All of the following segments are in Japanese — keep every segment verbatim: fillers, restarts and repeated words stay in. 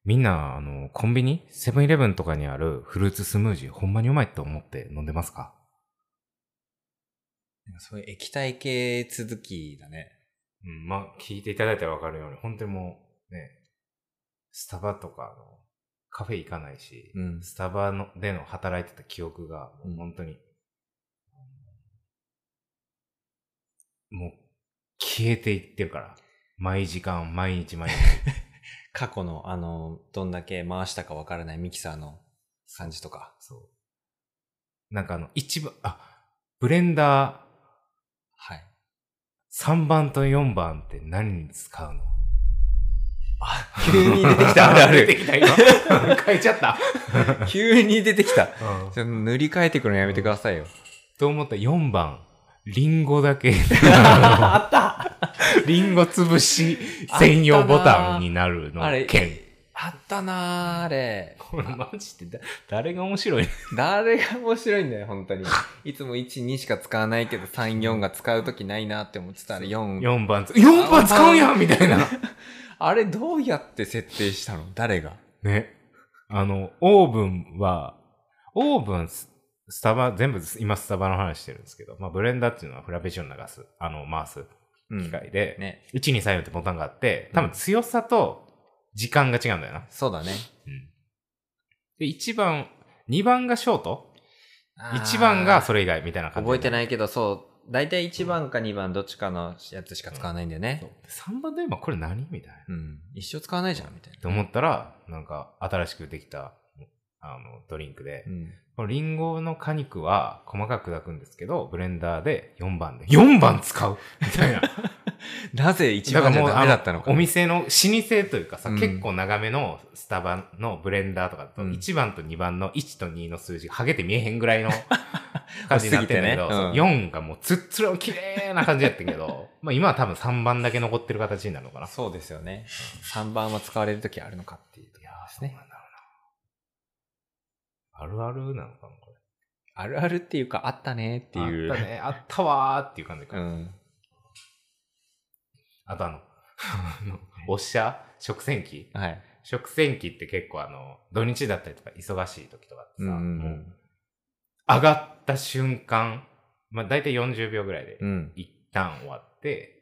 みんな、あの、コンビニセブンイレブンとかにあるフルーツスムージー、ほんまにうまいって思って飲んでますか？ そういう液体系続きだね。 うん、まあ、聞いていただいたらわかるように、本当にもう、ね、スタバとかのカフェ行かないし、 うん、 スタバのでの働いてた記憶が、もう本当に、うん、もう、消えていってるから。毎時間、毎日毎日。 過去の、あの、どんだけ回したかわからないミキサーの感じとか。 そう。なんかあの、一番、あ、ブレンダー。 はい。 さんばんとよんばんって何に使うの？ あ、急に出てきた。あるある。 出てきた今変えちゃった。 急に出てきた。 うん、 ちょっと塗り替えてくるのやめてくださいよ。 と思ったよんばん。リンゴだけ。 あったリンゴ潰し専用ボタンになるの件。 あったなー、あれ。 これマジでだ誰が面白い？ 誰が面白いんだよ、本当に。いつもいち、にしか使わないけど、さん、よんが使うときないなって思ってたらよん。 よんばん、よんばん使うんやんみたいな。 あれどうやって設定したの？誰が？ ね。あの、オーブンは、オーブン、スタバ、全部今スタバの話してるんですけど、まあブレンダーっていうのはフラペチーノ流す、あの、回す機械で、うんね、いち、に、さん、よんってボタンがあって、多分強さと時間が違うんだよな。 そうだね。 うん。で、いちばん、にばんがショート ?いち 番がそれ以外みたいな感じ。 覚えてないけど、そう。だいたいいちばんかにばんどっちかのやつしか使わないんだよね。 うん、さんばんで今これ何みたいな。 うん。一生使わないじゃんみたいな。 と思ったら、なんか新しくできた、あの、ドリンクで、うん、このリンゴの果肉は細かく砕くんですけど、ブレンダーでよんばんで。よんばん使うみたいな。 なぜいちばんじゃダメだったのか。 お店の老舗というかさ、うん、結構長めのスタバのブレンダーとかだと、いちばんとにばんのいちとにの数字が剥げて見えへんぐらいの感じになってるんだけど、ねうん、よんがもうつっつる綺麗な感じやってんけど、まあ今は多分さんばんだけ残ってる形になるのかな。 そうですよね。さんばんは使われるときあるのかっていうところですね。 あるあるなのかなこれ。 あるあるっていうか、あったねっていう。 あったね、あったわーっていう感じか。 うん。 あとあの、おっしゃ食洗機、 はい。 食洗機って結構あの、土日だったりとか忙しい時とかってさ、うんうん、もう、上がった瞬間、まあ大体よんじゅうびょうぐらいで、一旦終わって、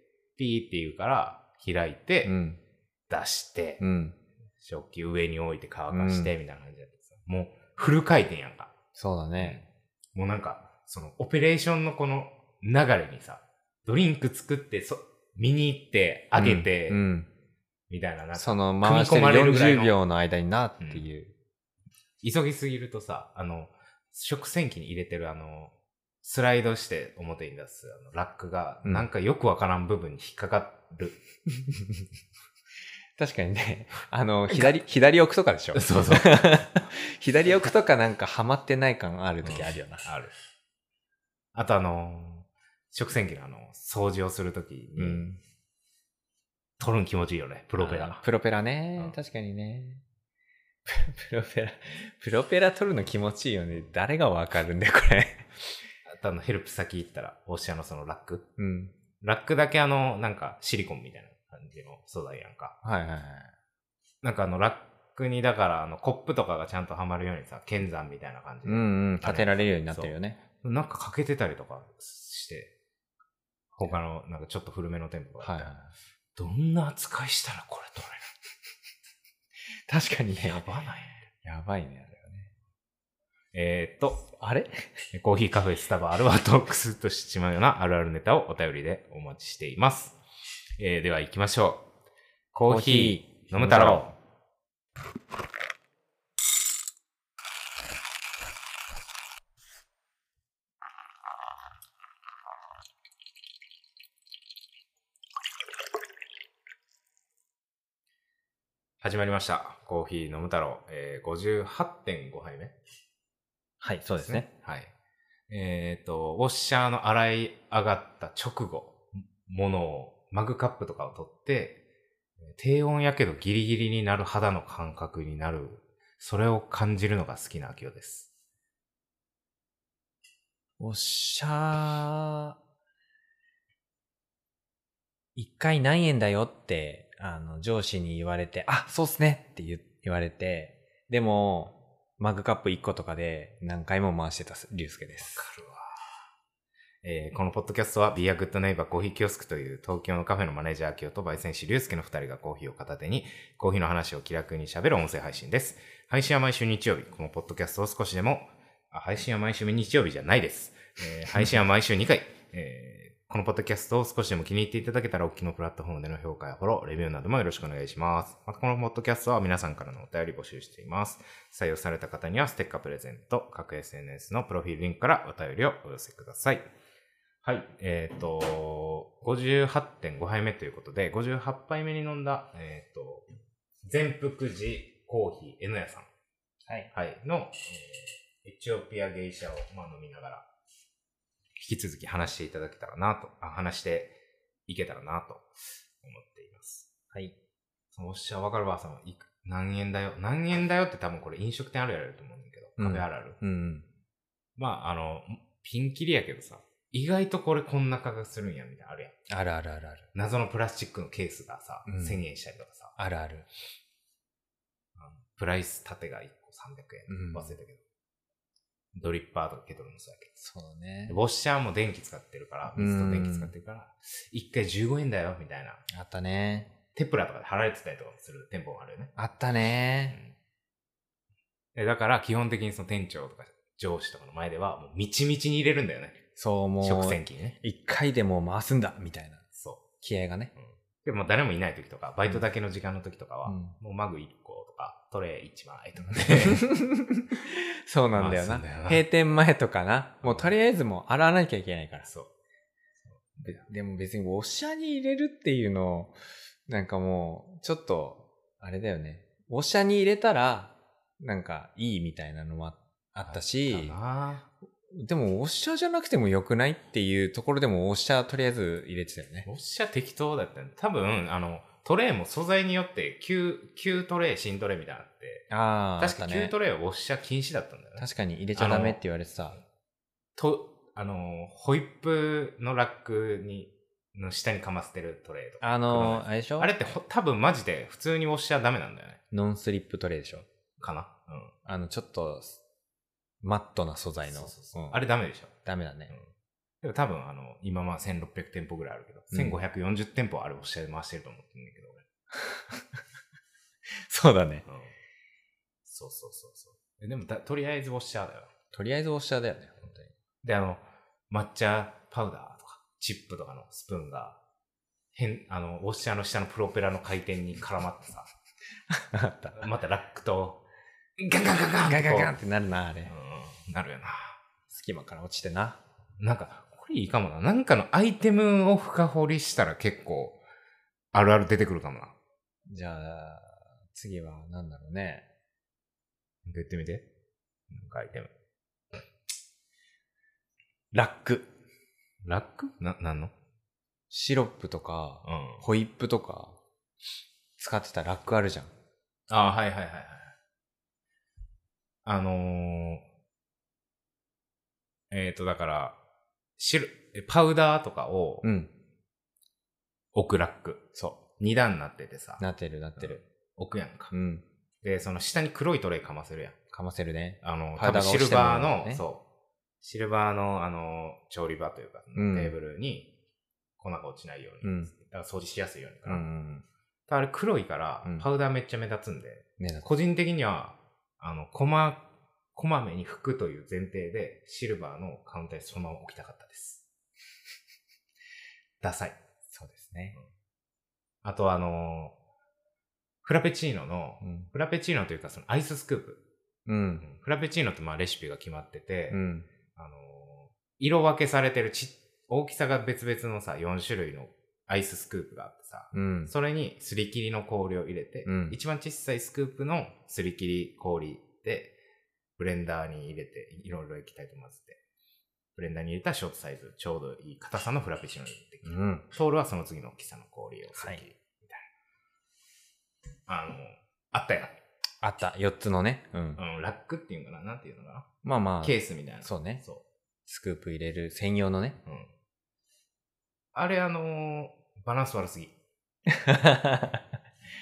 うん、ピーって言うから開いて、うん、出して、うん、食器上に置いて乾かして、みたいな感じでさ、うん、もうフル回転やんか。 そうだね。 もうなんか、そのオペレーションのこの流れにさ、ドリンク作って、そ、見に行って、あげて、うんうん、みたいな、なんか、 その回してるよんじゅうびょうの間になっていう、 うん。急ぎすぎるとさ、あの、食洗機に入れてるあの、スライドして表に出すあのラックが、なんかよくわからん部分に引っかかる。うん、 確かにね、あの、左、左奥とかでしょ？ そうそう。 左奥とかなんかハマってない感ある時あるよな。 うん、ある。あとあの、食洗機のあの、掃除をするときに、うん、取るん気持ちいいよね、プロペラ。 プロペラね、うん、確かにね。プロペラ、プロペラ取るの気持ちいいよね。誰がわかるんだよ、これ。 あとあの、ヘルプ先行ったら、オーシャのそのラック。 うん。 ラックだけあの、なんかシリコンみたいな感じの素材やんか。 はいはいはい。 なんかあの、ラックにだからあの、コップとかがちゃんとはまるようにさ、剣山みたいな感じで。 うんうん、立てられるようになってるよね。 なんか欠けてたりとかして、他のなんかちょっと古めの店舗があって、はいはい、どんな扱いしたらこれ取れる確かにね。 やばないやばいね、あれはね。 えー、っと、 あれコーヒーカフェスタバあるあるトークスとしてしまうようなあるあるネタをお便りでお待ちしています。えー、では行きましょう。コーヒー飲む太郎。始まりました。コーヒー飲む太郎、えー、ごじゅうはちてんご 杯目。 はい、そうですね。 はい。えっ、ー、と、ウォッシャーの洗い上がった直後、ものを、マグカップとかを取って、低温やけどギリギリになる肌の感覚になる、それを感じるのが好きな秋代です。 ウォッシャー、一回何円だよって、あの、上司に言われて、あ、そうっすねって言っ言われて、でも、マグカップいっことかで何回も回してたリュウスケです。 わかるわ。えー、このポッドキャストは Be a Good Neighbor コーヒーキオスクという東京のカフェのマネージャー清と焙煎師リュウスケのふたりがコーヒーを片手にコーヒーの話を気楽に喋る音声配信です。配信は毎週日曜日。このポッドキャストを少しでも、あ配信は毎週日曜日じゃないです。えー、配信は毎週にかい。えー、このポッドキャストを少しでも気に入っていただけたらお聞きのプラットフォームでの評価やフォロー、レビューなどもよろしくお願いします。またこのポッドキャストは皆さんからのお便り募集しています。採用された方にはステッカープレゼント、各 エスエヌエス のプロフィールリンクからお便りをお寄せください。はい。えっ、ー、と、ごじゅうはちてんご 杯目ということで、ごじゅうはち杯目に飲んだ、えっ、ー、と、全福寺コーヒー N 屋さん。 はい。 はい。の、えー、エチオピアゲイシャを、まあ、飲みながら、引き続き話していただけたらなと、あ話していけたらなと思っています。 はい。 そのおっしゃわかるばあさんは、いく、何円だよ。何円だよって多分これ飲食店あるやると思うんだけど、カフェあるある。 うん。うん、 まあ、あの、ピンキリやけどさ、意外とこれこんな価格するんやみたいなあるやん。 あるあるあるある。 謎のプラスチックのケースがさ、うん、せんえんしたりとかさ。 あるある。 プライス縦がいっこさんびゃくえん、うん、忘れたけど。ドリッパーとかケトルもそうやけど。 そうね。 ウォッシャーも電気使ってるから、水と電気使ってるから、いっかいじゅうごえんだよ、みたいな。 あったね。 テプラとかで貼られてたりとかもする店舗もあるよね。 あったね、 うん。だから基本的にその店長とか上司とかの前では、もうみちみちに入れるんだよね。 そう、もう。 食洗機にね。 一回でも回すんだ、みたいな。 そう。 気合がね。 うん。でも誰もいない時とか、バイトだけの時間の時とかは、うん、もうマグいっことか、トレイいちまいとかね。 そうなんだよな。まあ、閉店前とかな。もうとりあえずもう洗わなきゃいけないから。 そう。 で, でも別にウォッシャーに入れるっていうのを、なんかもう、ちょっと、あれだよね。ウォッシャーに入れたら、なんかいいみたいなのもあったし、 あでもウォッシャーじゃなくても良くないっていうところでもウォッシャーとりあえず入れてたよね。 ウォッシャー適当だったね。多分、あの、トレイも素材によって旧、旧トレイ、新トレイみたいなのあって、 ああ、 確か旧トレイはウォッシャー禁止だったんだよね。 確かに入れちゃダメって言われてた。 と、あの、ホイップのラックに、の下にかませてるトレイとか。 あの、あれでしょ？ あれって多分マジで普通にウォッシャーダメなんだよね。 ノンスリップトレイでしょ？ かな？うん。 あの、ちょっと、マットな素材の。そうそうそう、 うん、あれダメでしょ？ ダメだね。 うん、でも多分、あの、今まあせんろっぴゃく店舗ぐらいあるけど、うん、せんごひゃくよんじゅう店舗あれウォッシャーで回してると思ってるんだけど、俺。 そうだね、 うん。そうそうそうそう。でもだ、とりあえずウォッシャーだよ。 とりあえずウォッシャーだよね、本当に。 で、あの、抹茶パウダーとか、チップとかのスプーンが、変、あの、ウォッシャーの下のプロペラの回転に絡まってさ。 あった。 またラックと、ガンガンガンガンガンガンガンってなるな、あれ。 うん、なるよな。 隙間から落ちてな。 なんか、これいいかもな。なんかのアイテムを深掘りしたら結構、あるある出てくるかもな。 じゃあ、次は何だろうね。 言ってみて。なんかアイテム。 ラック。 ラックな、なんの？ シロップとか、うん、ホイップとか、使ってたラックあるじゃん。 ああ、はいはいはいはい。あのー、えっ、ー、と、だから、シル、パウダーとかを、うん。置くラック。そう。二段になっててさ。 なってるなってる。 うん、置くやんか。 うん。 で、その下に黒いトレイかませるやん。 かませるね。 あの、多分シルバーの、ね、そう。シルバーの、あの、調理場というか、テーブルに粉が落ちないように。うん、だから掃除しやすいようにかな。うんうん、あれ黒いから、パウダーめっちゃ目立つんで、うん、個人的には、あの、こま、こまめに拭くという前提で、シルバーのカウンターにそのまま置きたかったです。ダサい。 そうですね。 うん、あとあの、フラペチーノの、うん、フラペチーノというかそのアイススクープ。うん、フラペチーノってまあレシピが決まってて、うん、あの、色分けされてるち、大きさが別々のさ、よん種類のアイススクープがあってさ、うん、それにすり切りの氷を入れて、うん、一番小さいスクープのすり切り氷で、ブレンダーに入れて、いろいろ液体と混ぜて、ブレンダーに入れたショートサイズ、ちょうどいい硬さのフラペチーノにできる。うん、トールはその次の大きさの氷をすり切り、みたいな。あの、あったやん。 あった。よっつのね。 うん。うん、ラックっていうのかななんていうのかなまあまあ。 ケースみたいな。 そうね。 そう。 スクープ入れる専用のね。 うん。あれあのー、バランス悪すぎ。 あ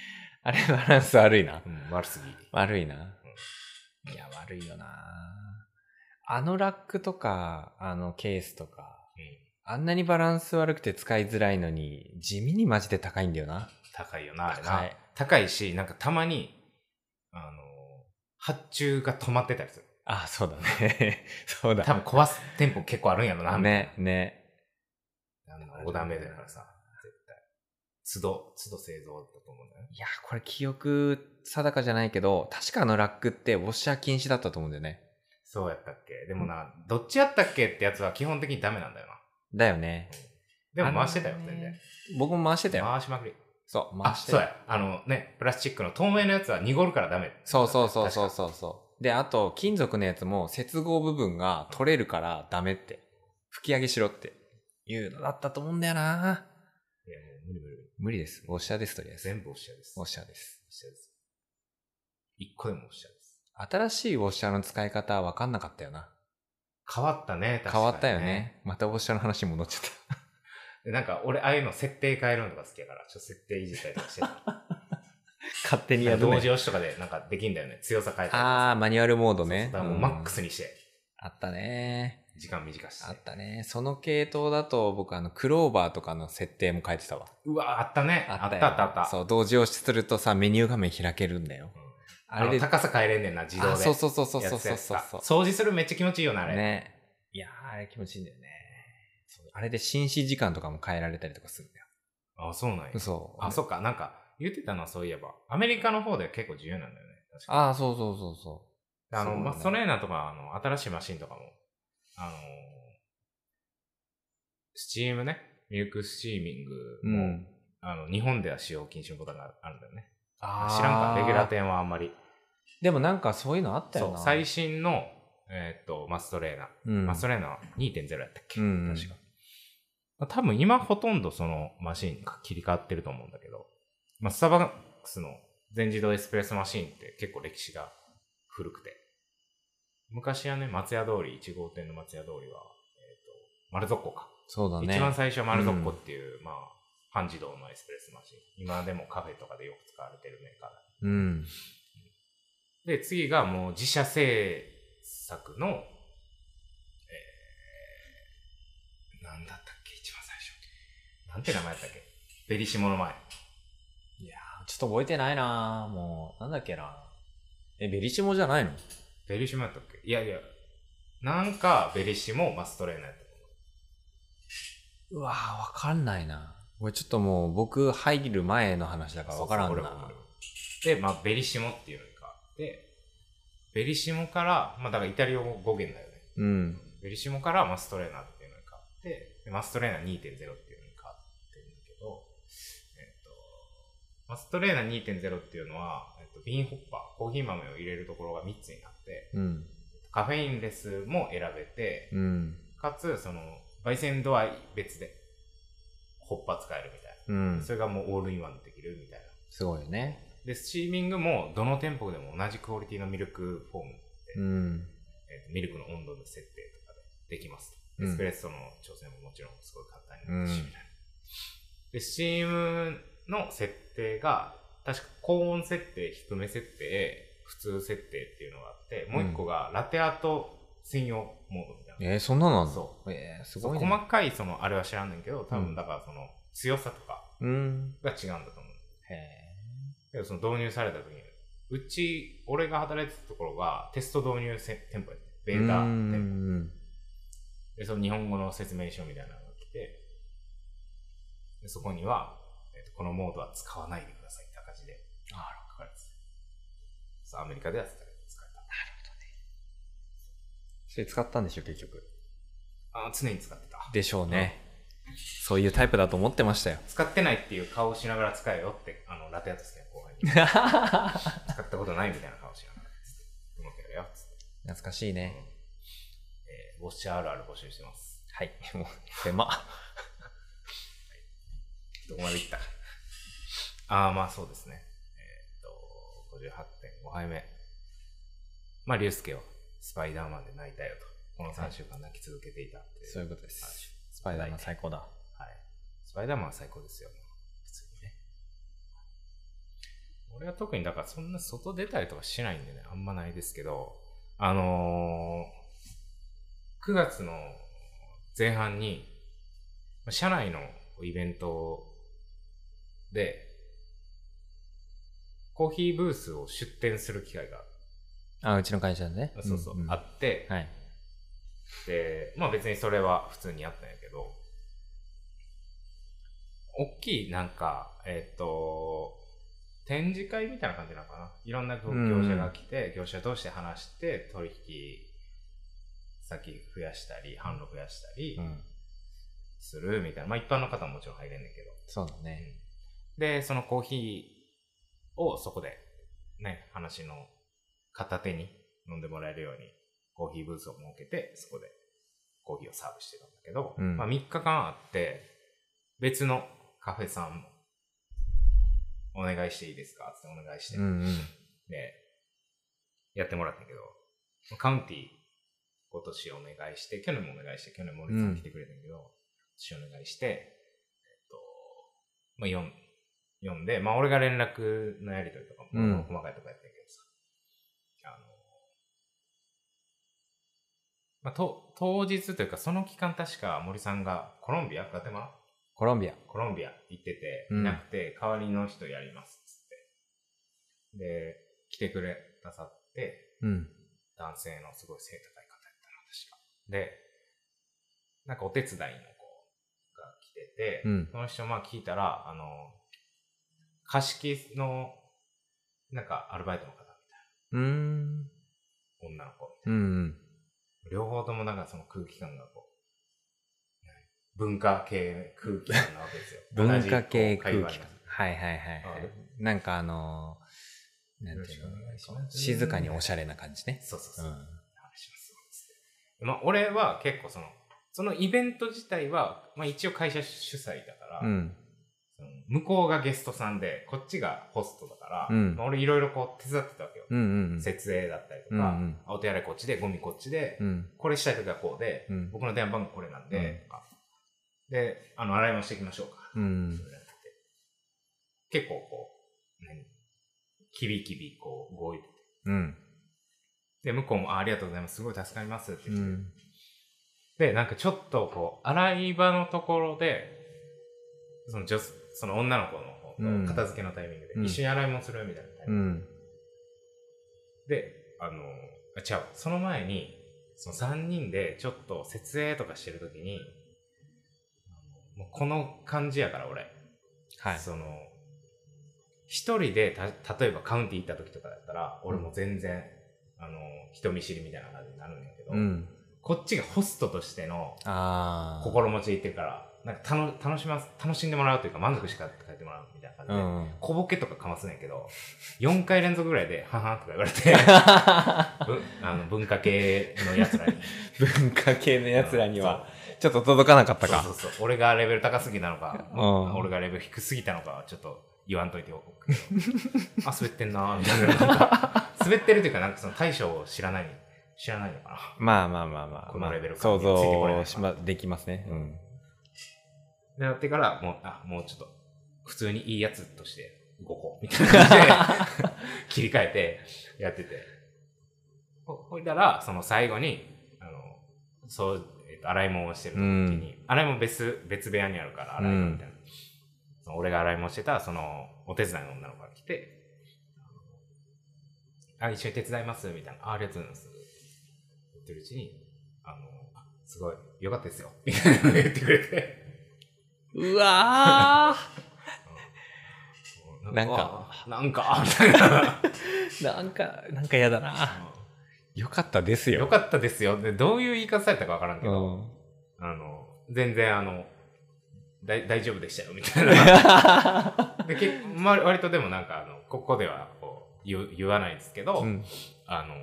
あれバランス悪いな。 うん、悪すぎ。 悪いな。うん、いや、悪いよな。あのラックとか、あのケースとか、うん、あんなにバランス悪くて使いづらいのに、地味にマジで高いんだよな。 高いよな、あれな。 高い。 高いし、なんかたまに、あの、発注が止まってたりする。 あ、そうだね。そうだ。 多分壊す店舗結構あるんやろな。 ね、ね。 あの、オーダーメイドだからさ、絶対。都度、都度製造だと思うんだよね。 いや、これ記憶定かじゃないけど、確かあのラックってウォッシャー禁止だったと思うんだよね。 そうやったっけ？でもな、うん、どっちやったっけってやつは基本的にダメなんだよな。 だよね。 うん、でも回してたよ、全然。 僕も回してたよ。 回しまくり。 そう、 回してたよ。あ、そうや。あのね、プラスチックの透明のやつは濁るからダメ。 そうそうそうそうそうそう。で、あと、金属のやつも接合部分が取れるからダメって。吹き上げしろっていうのだったと思うんだよな。いや、もう無理無理。無理です。ウォッシャーです、とりあえず。 全部ウォッシャーです。 ウォッシャーです。 ウォッシャーです。一個でもウォッシャーです。 新しいウォッシャーの使い方は分かんなかったよな。 変わったね、確かに、ね。 変わったよね。またウォッシャーの話に戻っちゃった。 なんか、俺、ああいうの設定変えるのとか好きやから、ちょっと設定いじったりとかしてた。 勝手にやるね。 同時押しとかでなんかできんだよね。強さ変えたり。 ああ、マニュアルモードね。 そうそう、だからもうマックスにして。 うん、あったね。 時間短し。 あったね。その系統だと僕あのクローバーとかの設定も変えてたわ。 うわ、あったね。あったあったあった。 そう、同時押しするとさ、メニュー画面開けるんだよ。うん、 あれで高さ変えれんねんな、自動で。 そうそうそうそうそうそうそう。 掃除するめっちゃ気持ちいいよな、あれ。 ね。いやー、あれ気持ちいいんだよね。あれで紳士時間とかも変えられたりとかするんだよ。 あ、そうなんや。 そう。 あ、そっか。なんか、言ってたのはそういえば。アメリカの方で結構自由なんだよね。 確かに。ああ、そうそうそうそう。 あの、マストレーナーとか、あの、新しいマシンとかも、あのー、スチームね。ミルクスチーミングも、うん、あの、日本では使用禁止のことがあるんだよね。あ知らんか、レギュラー店はあんまり。 でもなんかそういうのあったよな。 そう、最新の、えー、っと、マストレーナー。うん、マストレーナー にてんゼロ やったっけ、うん、確か。多分今ほとんどそのマシンに切り替わってると思うんだけど、まあ、スターバックスの全自動エスプレッソマシンって結構歴史が古くて、昔はね、松屋通り、いち号店の松屋通りは、えっ、ー、と、丸底か。 そうだね。 一番最初は丸底っていう、うん、まあ、半自動のエスプレッソマシン。今でもカフェとかでよく使われてるメーカーだ。 うん。 で、次がもう自社製作の、えー、なんだったっけ、一番最初。なんて名前だったっけ、ベリシモの前。 いやー、ちょっと覚えてないなーもう、なんだっけなえ、ベリシモじゃないの？ ベリシモやったっけ？いやいや、なんかベリシモマストレーナーやったと思う。うわー、わかんないな。これちょっともう僕入る前の話だからわからんな。そうそう、俺も俺も。 で、まあ、ベリシモっていうのがあって、ベリシモから、まあ、だからイタリア語源だよね。 うん。 ベリシモからマストレーナーっていうのに変わって、でマストレーナー にてんゼロ っていうのに変わってるんだけど、えっと、マストレーナー にてんゼロ っていうのは、えっと、ビーンホッパー、コーヒー豆を入れるところがみっつになって、うん、カフェインレスも選べて、うん、かつ、その、焙煎度合い別で、ホッパー使えるみたいな。うん、それがもうオールインワンできるみたいな。 すごいよね。 で、スチーミングもどの店舗でも同じクオリティのミルクフォームで、うんえー、ミルクの温度の設定とかでできます。エスプレッソの調整ももちろんすごい簡単になるし、みたいな。で、スチームの設定が、確か高温設定、低め設定、普通設定っていうのがあって、もう一個がラテアート専用モードみたいな。 えー、そんなのなんだ。 そう。 えー、すごいね。細かいそのあれは知らんねんけど、多分だからその強さとかが違うんだと思う。へー。けどその導入された時に、うち、俺が働いてたところがテスト導入店舗やって、ベータ店舗。で、その日本語の説明書みたいなのが来て、でそこには、えーと、このモードは使わないでくださいって赤字で書かれてた。アメリカでは使えた。なるほどね。 それ使ったんでしょ、結局。 あ、常に使ってた。 でしょうね。うん、そういうタイプだと思ってましたよ。 使ってないっていう顔をしながら使えよって、あの、ラテアート好きな後輩に。使ったことないみたいな顔しながら。うまくやるよ。 懐かしいね。 うんえー、ウォッシャーあるある募集してます。 はい。もう、狭っ。 どこまでいった？ああ、まあそうですね。えー、っと、ごじゅうはってんごはいめ。まあ、リュウスケはスパイダーマンで泣いたよと。このさんしゅうかん泣き続けていたっていう、 そういうことです。スパイダーマン最高だ。はい。 スパイダーマンは最高ですよ。普通にね。 俺は特にだからそんな外出たりとかしないんでね、あんまないですけど、あのー、くがつの前半に、社内のイベントで、コーヒーブースを出店する機会があ、うちの会社でね。 そうそう、 うんうん、 あって、 はい。 で、まあ別にそれは普通にやったんやけど、大きいなんか、えっと、展示会みたいな感じなのかな。いろんな業者が来て、うん、業者同士で話して、取引先増やしたり、販路増やしたりするみたいな。まあ一般の方ももちろん入れんねんけど。 そうだね。 うん、で、そのコーヒーをそこでね、話の片手に飲んでもらえるようにコーヒーブースを設けて、そこでコーヒーをサーブしてたんだけど、うん、まあみっかかんあって、別のカフェさんもお願いしていいですかってお願いして、うんうん、で、やってもらったけど、カウンティー今年お願いして、去年もお願いして、去年森さん来てくれたけど、うん、今年お願いして、えっと、まあ、読ん、読んで、まあ俺が連絡のやり取りとかも、うん、細かいとこやったけどさ、あの、まあ、と当日というかその期間確か森さんがコロンビア、ガテマラコロンビア。 コロンビア行ってて、いなくて、代わりの人やりますっつって。で、来てくれたさって、うん、男性のすごい背高い方やったな、確か。で、なんかお手伝いの子が来てて、うん、その人まあ聞いたら、あの、貸し切の、なんかアルバイトの方みたいな。うーん。女の子みたいな。うんうん、両方ともなんかその空気感がこう、文化系空気感なわけですよ。 文化系空気感。はいはいはい、はい。なんかあのー、なんていうの、静かにおしゃれな感じね。 そうそうそう。うん、話しますまあ俺は結構その、そのイベント自体は、まあ一応会社主催だから、うん、その向こうがゲストさんで、こっちがホストだから、うん、まあ、俺いろいろこう手伝ってたわけよ。うんうんうん、設営だったりとか、うんうん、お手洗いこっちで、ゴミこっちで、うん、これしたいときはこうで、うん、僕の電話番号これなんで、うんで、あの、洗い物していきましょうか。うん。結構こう、何キビキビこう動いてて。うん。で、向こうも あ, ありがとうございます。すごい助かりますって言って、うん。で、なんかちょっとこう、洗い場のところで、その女、その女の子の方と片付けのタイミングで、うん、一緒に洗い物するみたいなタイミング、うん、で、あの、あ、違う。その前に、そのさんにんでちょっと設営とかしてるときに、もうこの感じやから俺、はい、その一人でた例えばカウンティ行った時とかだったら俺も全然、うん、あの人見知りみたいな感じになるんだけど、うん、こっちがホストとしての心持ちで行ってるからなんか楽楽します楽しんでもらうというか満足しかって書いてもらうみたいな感じで、うん、小ボケとかかますねんけどよんかい連続ぐらいでははとか言われてあの文化系のやつらに文化系のやつらにはちょっと届かなかったか。 そうそうそう。俺がレベル高すぎたのか、うん、俺がレベル低すぎたのか、ちょっと言わんといておくけど。あ、滑ってんなーみたいな。なんか滑ってるというか、なんかその対処を知らない、知らないのかな。 まあまあまあまあ。 このレベル感についてこれない想像できますね。うん。 で、なってから、もう、あ、もうちょっと、普通にいいやつとして動こう、みたいな感じで、切り替えて、やってて。ほいだら、その最後に、あの、そう、洗い物をしてる時に、うん、洗い物別、別部屋にあるから洗い物みたいな、うん、その俺が洗い物してたそのお手伝いの女の子が来て、あ、一緒に手伝いますみたいな、あ、ありがとうございます言ってるうちに、あの、すごい良かったですよみたいなの言ってくれて、 うわーなんかなんかみたいななんかなんか嫌だな、よかったですよ。 よかったですよ。で、どういう言い方されたかわからんけど、うん、あの、全然あの、だ大丈夫でしたよ、みたいな。でけま、割とでもなんか、あの、ここではこう言言わないですけど、うん、あの、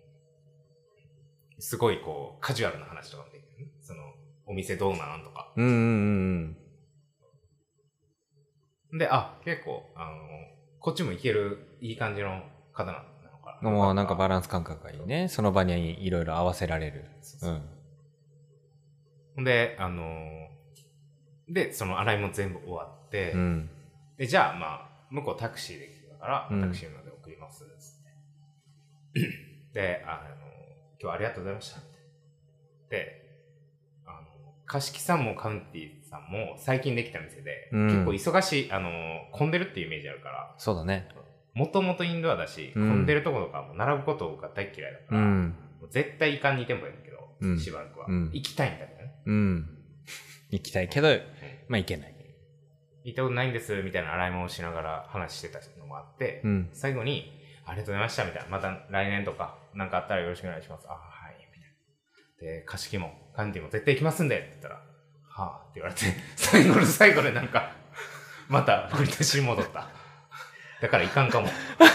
すごいこう、カジュアルな話とかもできる、ね。その、お店どうなんとか。うんうんうん。で、あ、結構、あの、こっちもいける、いい感じの方なんだ。 もうなんかバランス感覚がいいね。その場にいろいろ合わせられる。 うん。で、あのー、で、その洗いも全部終わって、うん、で、じゃあまあ、向こうタクシーで来たかから、うん、私まで送りますっつってで、あの今日ありがとうございましたで、あの貸木さんもカウンティさんも最近できた店で、うん、結構忙しい、あの混んでるっていうイメージあるから、 そうだね、 もともとインドアだし、うん、混んでるところとかも並ぶことが大嫌いだから、うん、もう絶対行かんに店舗やんだけど、うん、しばらくは、うん、行きたいんだけどね、 うん、行きたいけど、うん、まあ行けない、 行ったことないんですみたいな洗い物をしながら話してたのもあって、うん、最後にありがとうございましたみたいな、また来年とかなんかあったらよろしくお願いします、あはいみたいなで、貸し木もカンティも絶対行きますんでって言ったら、はぁって言われて、最後の最後でなんかまた振り出しに戻った。だからいかんかも。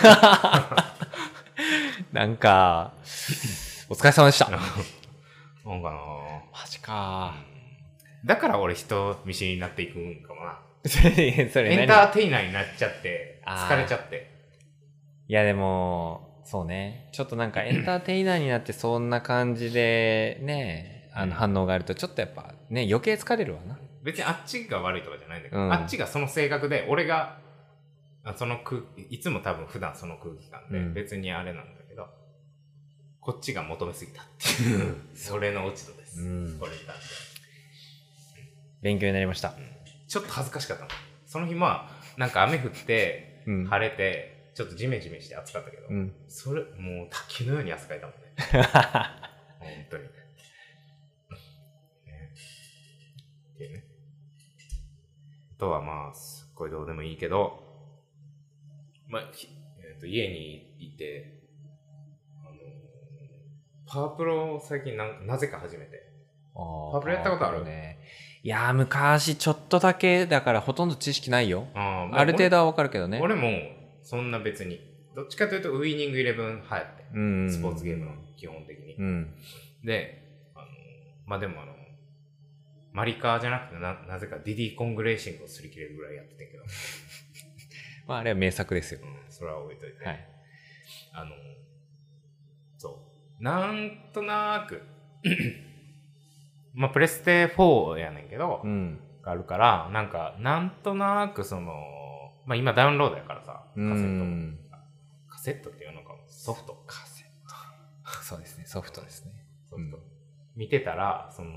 なんかお疲れ様でした。なんかな。 マジか。 だから俺人見知りになっていくんかもな。 それそれエンターテイナーになっちゃって疲れちゃって。 いやでもそうね。ちょっとなんかエンターテイナーになってそんな感じでね、あの反応があるとちょっとやっぱね余計疲れるわな。 別にあっちが悪いとかじゃないんだけど、うん、あっちがその性格で俺がその空気、いつも多分普段その空気感で、うん、別にあれなんだけど、こっちが求めすぎたっていうそれの落ち度です、うん、これに関して勉強になりました、うん、 ちょっと恥ずかしかったの。その日まあなんか雨降って晴れてちょっとジメジメして暑かったけど、うん、それもう滝のように汗かいたもんね本当にねっていうね。あとはまあすっごいどうでもいいけど、まあえー、と家にいて、あのー、パワープロを最近 な, なぜか始めて。パワープロやったことある？ ね、いやー昔ちょっとだけだからほとんど知識ないよ。 あ, ある程度はわかるけどね。 俺もそんな別にどっちかというとウイニングイレブン流行って、うんうんうん、スポーツゲームの基本的に、うん、で、あのー、まあでもあのマリカーじゃなくて な, なぜかディディコングレーシングをすり切れるぐらいやってたけどまああれは名作ですよ、 うん、それは置いといて、はい、あのそうなんとなくまあプレステフォーやねんけど、うん、があるからなんかなんとなくそのまあ今ダウンロードやからさ、カセット、うん、カセットっていうのかソフトカセットそうですね、ソフトですね、 ソフト、うん、見てたらその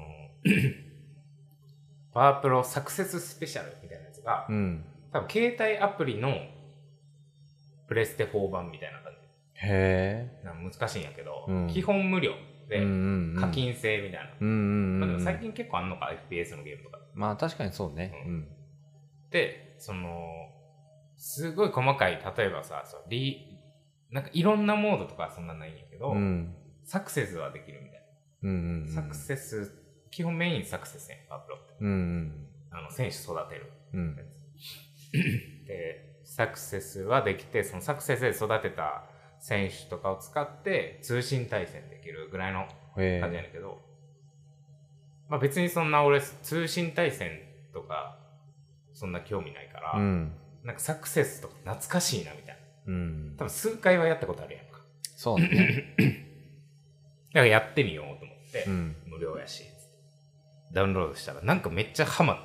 パワープロサクセススペシャルみたいなやつが、うん、多分携帯アプリのプレステフォー版みたいな感じ。へー。なんか難しいんやけど、うん、基本無料で課金制みたいな。うんうんうんまあ、でも最近結構あんのか エフピーエス のゲームとか。 まあ確かにそうね。うん、 で、そのすごい細かい例えばさ、そうリなんかいろんなモードとかそんなないんやけど、うん、サクセスはできるみたいな。うんうんうん、サクセス基本メインサクセスね、パワープロって、うんうん、あの選手育てる、うん、でサクセスはできて、そのサクセスで育てた選手とかを使って通信対戦できるぐらいの感じやねんけど、まあ別にそんな俺通信対戦とかそんな興味ないから、うん、なんかサクセスとか懐かしいなみたいな、うん、多分数回はやったことあるやんか。 そうねだからやってみようと思って、うん、無料やしダウンロードしたらなんかめっちゃハマって、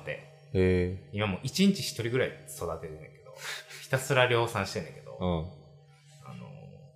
へ今もう一日一人ぐらい育ててんねんけど、ひたすら量産してんねんけど、うん、あの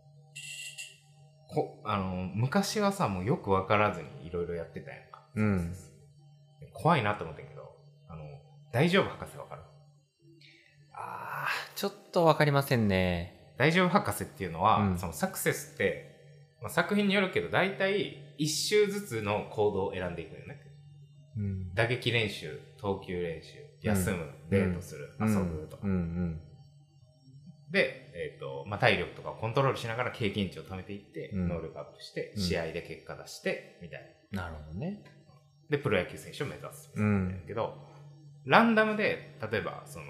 こあの昔はさもうよく分からずにいろいろやってたやんか、うん、怖いなと思ってんけど、あの大丈夫博士分かる？ あーちょっと分かりませんね。 大丈夫博士っていうのは、うん、そのサクセスって、まあ、作品によるけど大体一周ずつの行動を選んでいくよね。うん、打撃練習、投球練習、休む、うん、デートする、うん、遊ぶとか、うんうん、で、えーとまあ、体力とかをコントロールしながら経験値を貯めていって、うん、能力アップして、試合で結果出してみたいな。なるほどね。 でプロ野球選手を目指すんだけど、うん、ランダムで例えばその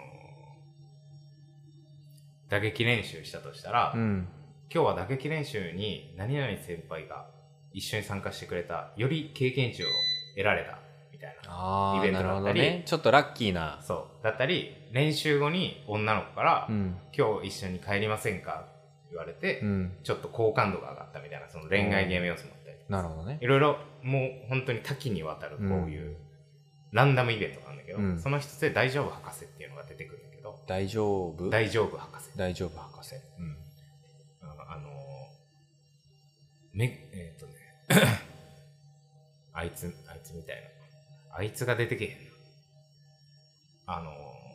打撃練習したとしたら、うん、今日は打撃練習に何々先輩が一緒に参加してくれた、より経験値を得られたみたいなイベントだったり、ね、 ちょっとラッキーなそうだったり、練習後に女の子から、うん、今日一緒に帰りませんかって言われて、うん、ちょっと好感度が上がったみたいな、その恋愛ゲーム要素もあったり、 なるほどね、 いろいろもう本当に多岐にわたるこういうランダムイベントなんだけど、うん、その一つで大丈夫博士っていうのが出てくるんだけど。 大丈夫大丈夫博士。 大丈夫博士。うん。 あの、め、えっ、ー、とね、あいつ、あいつみたいな。あいつが出てけへんな。あの、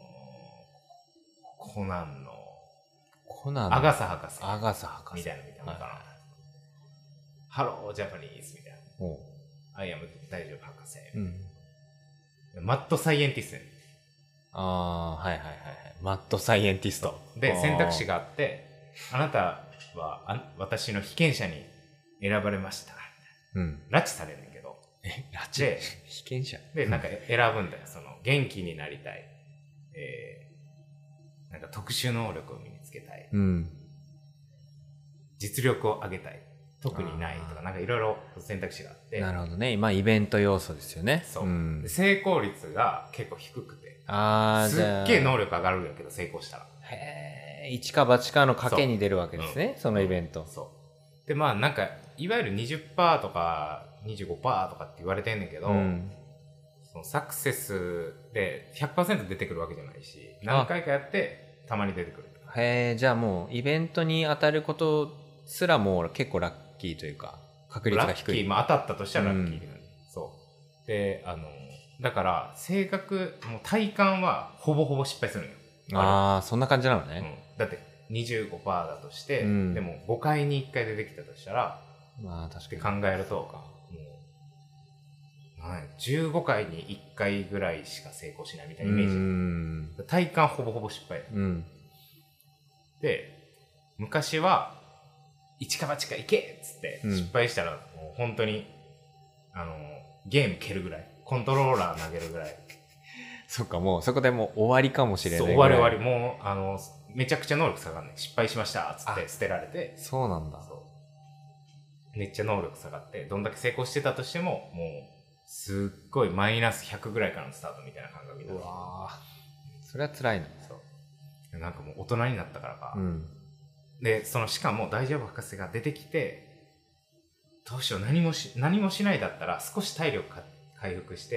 コナンの、 コナンのアガサ博士。 アガサ博士。 みたいなみたいなのかな。はい、ハロージャパニーズみたいな。おアイアム大丈夫博士。うん。マッドサイエンティストやね。 ああ、はいはいはいはい。マッドサイエンティスト。 で、選択肢があって、あなたはあ私の被験者に選ばれました。うん。拉致されるんだけど。 え、拉致で、被験者で、なんか選ぶんだよ。その、元気になりたい。えー、なんか特殊能力を身につけたい。うん。実力を上げたい。特にないとか、なんかいろいろ選択肢があって。 なるほどね。まあ、イベント要素ですよね。 そう。うん、成功率が結構低くて。 ああ、 すっげえ能力上がるんだけど、成功したら。 へえ、一か八かの賭けに出るわけですね。そ,、うん、そのイベント、 うん。そう。で、まあ、なんか、いわゆる にじゅっパーセント とか にじゅうごパーセント とかって言われてんねんけど、うん、そのサクセスで ひゃくパーセント 出てくるわけじゃないし、何回かやってたまに出てくる。 へえ、じゃあもうイベントに当たることすらもう結構ラッキーというか、確率が低い。 ラッキー、まあ当たったとしたらラッキーで、うん、そう。で、あの、だから性格、もう体感はほぼほぼ失敗するのよ。 ああ、そんな感じなのね。 うん、だって にじゅうごパーセント だとして、うん、でもごかいにいっかい出てきたとしたら、 まあ確かに。 考えると、もう、じゅうごかいにいっかいぐらいしか成功しないみたいなイメージ。うん、体感ほぼほぼ失敗。うん、で、昔は、一か八かいけっつって、失敗したら、もう本当に、あの、ゲーム蹴るぐらい。コントローラー投げるぐらい。 そっか、もうそこでもう終わりかもしれない。そう、 終わり終わり。もう、あの、めちゃくちゃ能力下がんね。失敗しましたっつって捨てられて。 そうなんだ。 そう。めっちゃ能力下がって、どんだけ成功してたとしても、もう、すっごいマイナスひゃくぐらいからのスタートみたいな感覚になる。うわぁ。それは辛いな。 そう。なんかもう大人になったからか。うん。で、その、しかも大丈夫博士が出てきて、どうしよう、何もし、何もしないだったら少し体力回復して、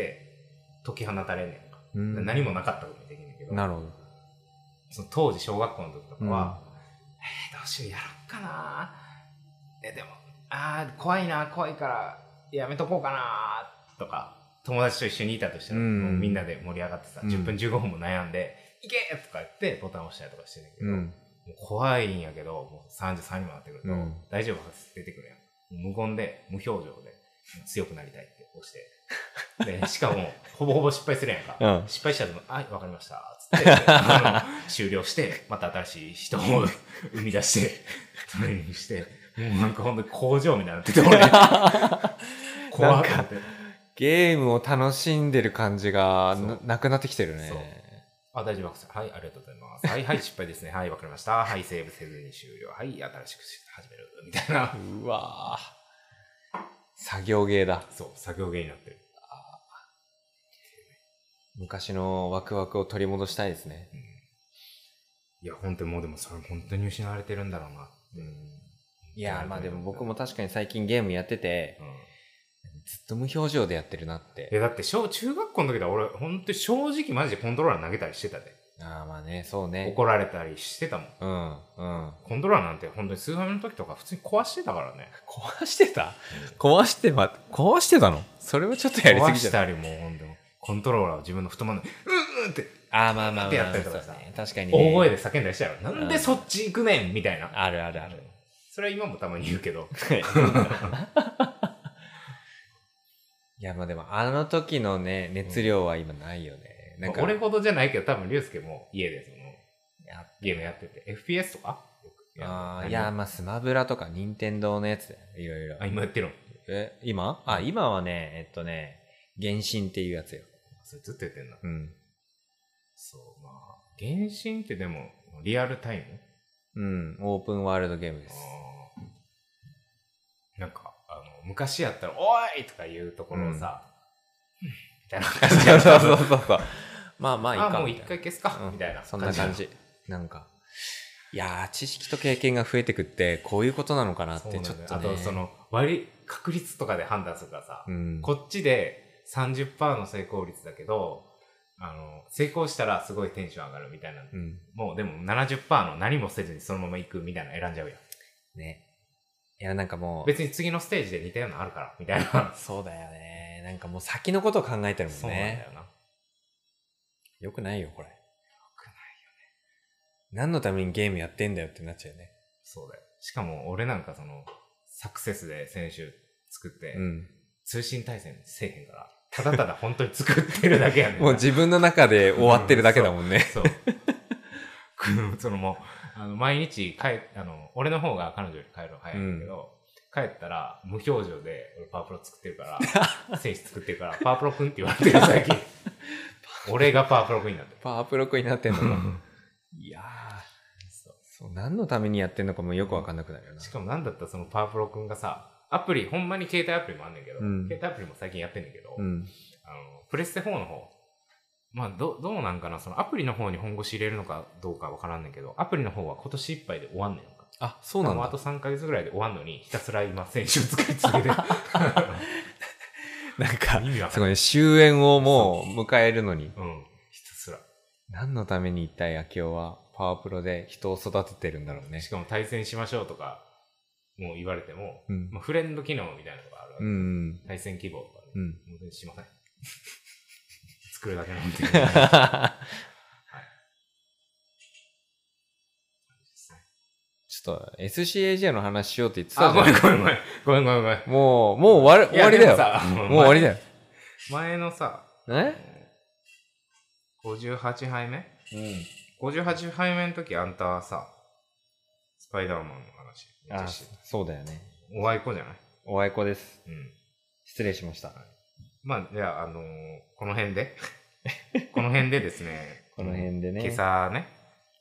解き放たれんねんか。うん、何もなかったことにできんねんけど。 なるほど。 その当時小学校の時とかは、うん、えー、どうしよう、やろっかなえ、でも、あー、怖いな、怖いから、やめとこうかなとか、友達と一緒にいたとしたら、うん、もうみんなで盛り上がってさ、うん、じゅっぷんじゅうごふんも悩んで、いけーとか言ってボタン押したりとかしてんねんけど、うん、もう怖いんやけど、もうさんじゅうさんにもなってくると、うん、大丈夫博士出てくるやん。無言で、無表情で、強くなりたいって押して。で、しかも、ほぼほぼ失敗するやんか。うん、失敗したら、はい、わかりました。つって、終了して、また新しい人を生み出して、トレーニングして、もうなんかほんとに工場みたいになってて、俺。 怖かった。ゲームを楽しんでる感じが な, なくなってきてるね。 あ、大丈夫博士。はい、ありがとうございます。はい、はい、失敗ですね。はい、わかりました。はい、セーブせずに終了。はい、新しく始める。みたいな。 うわぁ。作業ゲーだ。 そう、作業ゲーになってる。 昔のワクワクを取り戻したいですね。 うん、いや、本当にもうでもそれ本当に失われてるんだろうな。うん、 いや、まあでも僕も確かに最近ゲームやってて、うん、ずっと無表情でやってるなって。 いや、だって小、中学校の時だ俺、本当に正直マジでコントローラー投げたりしてたで。 ああ、まあね、そうね。 怒られたりしてたもん。うん、うん。コントローラーなんて本当にスーファミの時とか普通に壊してたからね。 壊してた、うん、壊してま、壊してたのそれはちょっとやりすぎじゃん。 壊したりもう本当に。コントローラーを自分の太ももで、うんうんって、 あーまあまあまあ、 ってやったりとかさ、 ね、確かに、 ね、大声で叫んだりしたよ。なんでそっち行くねんみたいな。 あるあるある。 それは今もたまに言うけど。 いや、まあでも、あの時のね、熱量は今ないよね。 うん、なんか俺ほどじゃないけど、多分、りゅうすけも家でその、ゲームやってて、エフピーエス とかああ、いや、まあ、スマブラとか、任天堂のやつだよ。いろいろ。 あ、今やってるのえ、今あ、今はね、えっとね、原神っていうやつよ。 それずっとやってんだ。うん。そう、まあ、原神ってでも、リアルタイムうん、オープンワールドゲームです。 なんか、あの、昔やったら、おーいとか言うところをさ、うん、みたいな感じで。 そうそうそうそう。まあまあいいか。 あ、もう一回消すか、うん、みたいな。 そんな感じ。なんか、いやー、知識と経験が増えてくって、こういうことなのかなって、ちょっとね。 あと、その、割り、確率とかで判断するからさ、うん、こっちで、さんじゅっパーセント の成功率だけど、 あの、成功したらすごいテンション上がるみたいな。 うん、 もうでも ななじゅっパーセント の何もせずにそのまま行くみたいなの選んじゃうやん。 ね。いや、なんかもう。 別に次のステージで似たようなのあるから、みたいな。 そうだよね。なんかもう先のことを考えてるもんね。 そうなんだよな。 よくないよ、これ。よくないよね。 何のためにゲームやってんだよってなっちゃうよね。 そうだよ。しかも俺なんかその、サクセスで選手作って、うん、通信対戦せえへんから、ただただ本当に作ってるだけやねん。 もう自分の中で終わってるだけだもんね。うん、そう。 そうそのもう、あの、毎日帰、あの、俺の方が彼女より帰るの早いんだけど、うん、帰ったら無表情で俺パワープロ作ってるから、選手作ってるから、パワープロくんって言われてる最近。俺がパワープロくんになってる。 パワープロくんになってんのか。いやーそう。そう、何のためにやってんのかもよくわかんなくなるよな。 しかもなんだったらそのパワープロくんがさ、アプリ、ほんまに携帯アプリもあんねんけど、うん、携帯アプリも最近やってんねんけど、うん、あの、プレステフォーの方、まあ、ど、どうなんかな、そのアプリの方に本腰入れるのかどうかわからんねんけど、アプリの方は今年いっぱいで終わんねんか。 あ、そうなんだ。 もうあとさんかげつぐらいで終わんのに、ひたすら今選手を使い続けてる。 なんか、すごいね、終焉をもう迎えるのに。 うん、ひたすら。 何のために一体秋夫はパワープロで人を育ててるんだろうね。 しかも対戦しましょうとか、もう言われても、うん、まあ、フレンド機能みたいなのがあるわけ、うんうん、対戦希望とかね、うん、もうしません。作るだけなんで。はい、 ちょっと エスシーエージェー の話しようって言ってたじゃん。 あ、ごめんごめんごめん。ごめんごめんごめん。 もう、もう終わり、終わりだよ。もう終わりだよ。 前のさ、 えごじゅうはちはいめうん。 ごじゅうはちはいめの時あんたはさ、スパイダーマンの話。 あ、そうだよね。 おあいこじゃない？ おあいこです。 うん。 失礼しました。はい、 まあ、じゃあ、あのー、この辺でこの辺でですね。 この辺でね。 今朝ね。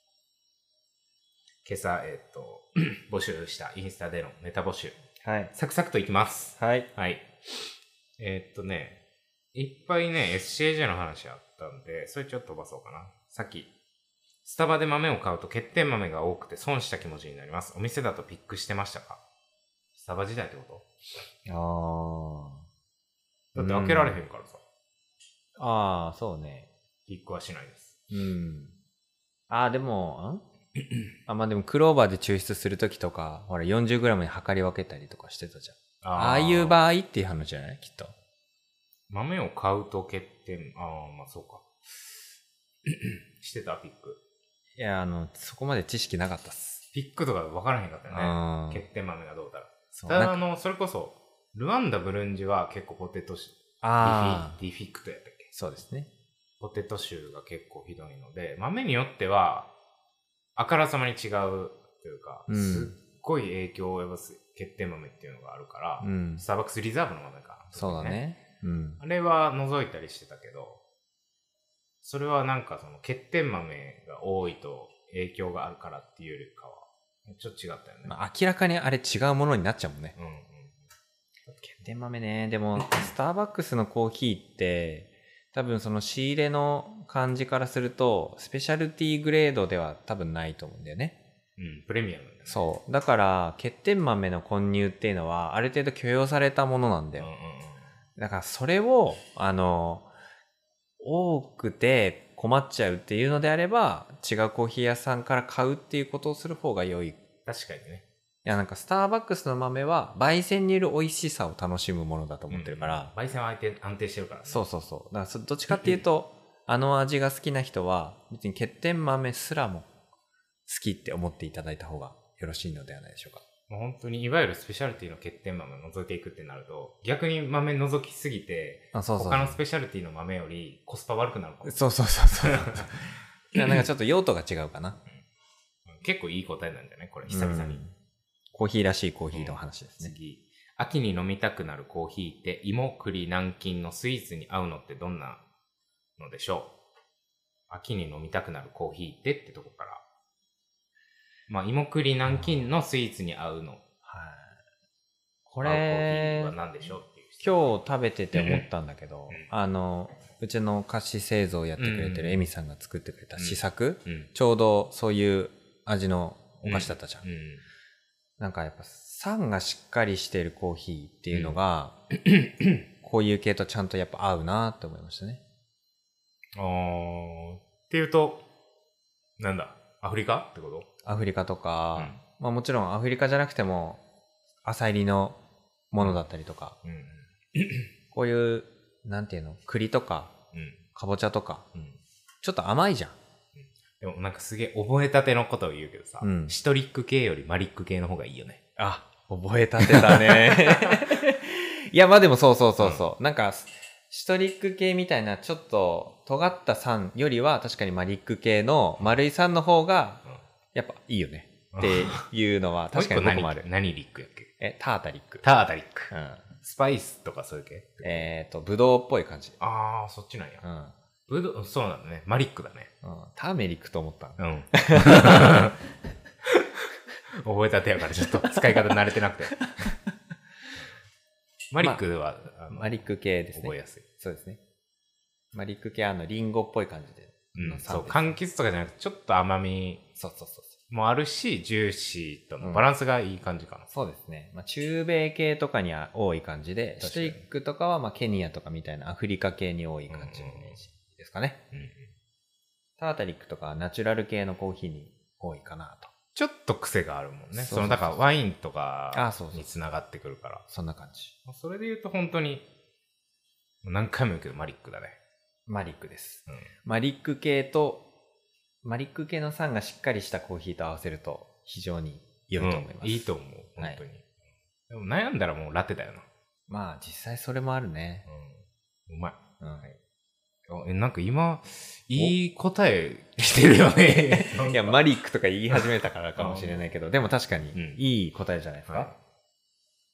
今朝、えっと、募集したインスタでのネタ募集。 はい。 サクサクといきます。 はい。 はい。えー、っとね、いっぱいね、エスシーエージェー の話あったんで、それちょっと飛ばそうかな。さっき、スタバで豆を買うと欠点豆が多くて損した気持ちになります。お店だとピックしてましたか？スタバ時代ってこと？ ああ。だって開けられへんからさ。 うん、ああ、そうね。 ピックはしないです。 うん。ああ、でも、んあ、まあでもクローバーで抽出するときとか、ほら よんじゅうグラム に測り分けたりとかしてたじゃん。あ, ああいう場合っていう話じゃないきっと。 豆を買うと欠点、ああ、まあそうか。してたピック。 いや、あの、そこまで知識なかったっす。 ピックとか分からへんかったよね。欠点豆がどうだら。ただ、あの、それこそ、ルワンダ・ブルンジは結構ポテト種、あディフィ、ディフィクトやったっけ？ そうですね。 ポテト種が結構ひどいので、豆によっては、あからさまに違うというか、うん、すっごい影響を及ぼす欠点豆っていうのがあるから、うん、スターバックスリザーブの豆かな、ね。 そうだね。うん、 あれは除いたりしてたけど、それはなんかその欠点豆が多いと影響があるからっていうよりかは、ちょっと違ったよね。 まあ、明らかにあれ違うものになっちゃうもんね。 うんうん。 欠点豆ね。でも、スターバックスのコーヒーって、多分その仕入れの感じからすると、スペシャルティーグレードでは多分ないと思うんだよね。 うん、プレミアム、ね。 そう。だから、欠点豆の混入っていうのは、ある程度許容されたものなんだよ。うんうんうん、だからそれを、あの、多くて困っちゃうっていうのであれば、違うコーヒー屋さんから買うっていうことをする方が良い。 確かにね。 いや、なんかスターバックスの豆は、焙煎による美味しさを楽しむものだと思ってるから。 うん、焙煎は安定、安定してるからね。 そうそうそう。だからどっちかっていうと、あの味が好きな人は、別に欠点豆すらも好きって思っていただいた方がよろしいのではないでしょうか。 もう本当にいわゆるスペシャルティの欠点豆を除いていくってなると、逆に豆除きすぎて、あ、そうそうそう、他のスペシャルティの豆よりコスパ悪くなるかも。 そうそうそうそう。いや、なんかちょっと用途が違うかな。 うん、結構いい答えなんじゃないこれ、久々に、うん。 コーヒーらしいコーヒーの話ですね。 うん、次。秋に飲みたくなるコーヒーって芋、栗、南京のスイーツに合うのってどんなのでしょう？秋に飲みたくなるコーヒーってってとこから。まあ、芋栗南京のスイーツに合うの。はい。 これ、合うコーヒーは何でしょうっていう。 今日食べてて思ったんだけど、うん、あの、うちの菓子製造をやってくれてるエミさんが作ってくれた試作、うんうん、ちょうどそういう味のお菓子だったじゃん。うんうん、なんかやっぱ酸がしっかりしてるコーヒーっていうのが、うん、こういう系とちゃんとやっぱ合うなって思いましたね。 あーっていうと、なんだ、アフリカってこと？ アフリカとか、うん、まあもちろんアフリカじゃなくても、浅入りのものだったりとか、うん、こういう、なんていうの、栗とか、うん、かぼちゃとか、うん、ちょっと甘いじゃん。 でもなんかすげえ覚えたてのことを言うけどさ、うん、シトリック系よりマリック系の方がいいよね。 あ、覚えたてだね。いや、まあでもそうそうそうそう。うん、なんか、シトリック系みたいなちょっと尖った酸よりは確かにマリック系の丸い酸の方が、やっぱいいよね。っていうのは確かに僕もある。 何、何リックやっけ？ え、タータリック。 タータリック。うん。スパイスとかそういう系？ えっと、ブドウっぽい感じ。 ああ、そっちなんや。うん。ブドウ、そうなんだね。マリックだね。 うん。ターメリックと思った。うん。 覚えたてやからちょっと使い方慣れてなくて。マリックは、 まあ、マリック系ですね。 覚えやすい。 そうですね。マリック系あのリンゴっぽい感じで。 うん。そう。柑橘とかじゃなくてちょっと甘み。 そうそうそう。 もあるし、ジューシーとのバランスがいい感じかな。うん、 そうですね。まあ、中米系とかには多い感じで、シトリックとかはまあケニアとかみたいなアフリカ系に多い感じのイメージですかね。うんうん、タータリックとかナチュラル系のコーヒーに多いかなと。 ちょっと癖があるもんね。そうそうそうその、だからワインとかにつながってくるから。 そんな感じ。 それで言うと本当に、何回も言うけどマリックだね。 マリックです。うん、マリック系と、マリック系の酸がしっかりしたコーヒーと合わせると非常に良いと思います。 うん、いいと思う、本当に、はい。でも悩んだらもうラテだよな。 まあ実際それもあるね。 うん、うまい。うん、はい、え、なんか今、いい答えしてるよね。 いや、マリックとか言い始めたからかもしれないけど、でも確かにいい答えじゃないですか。はい、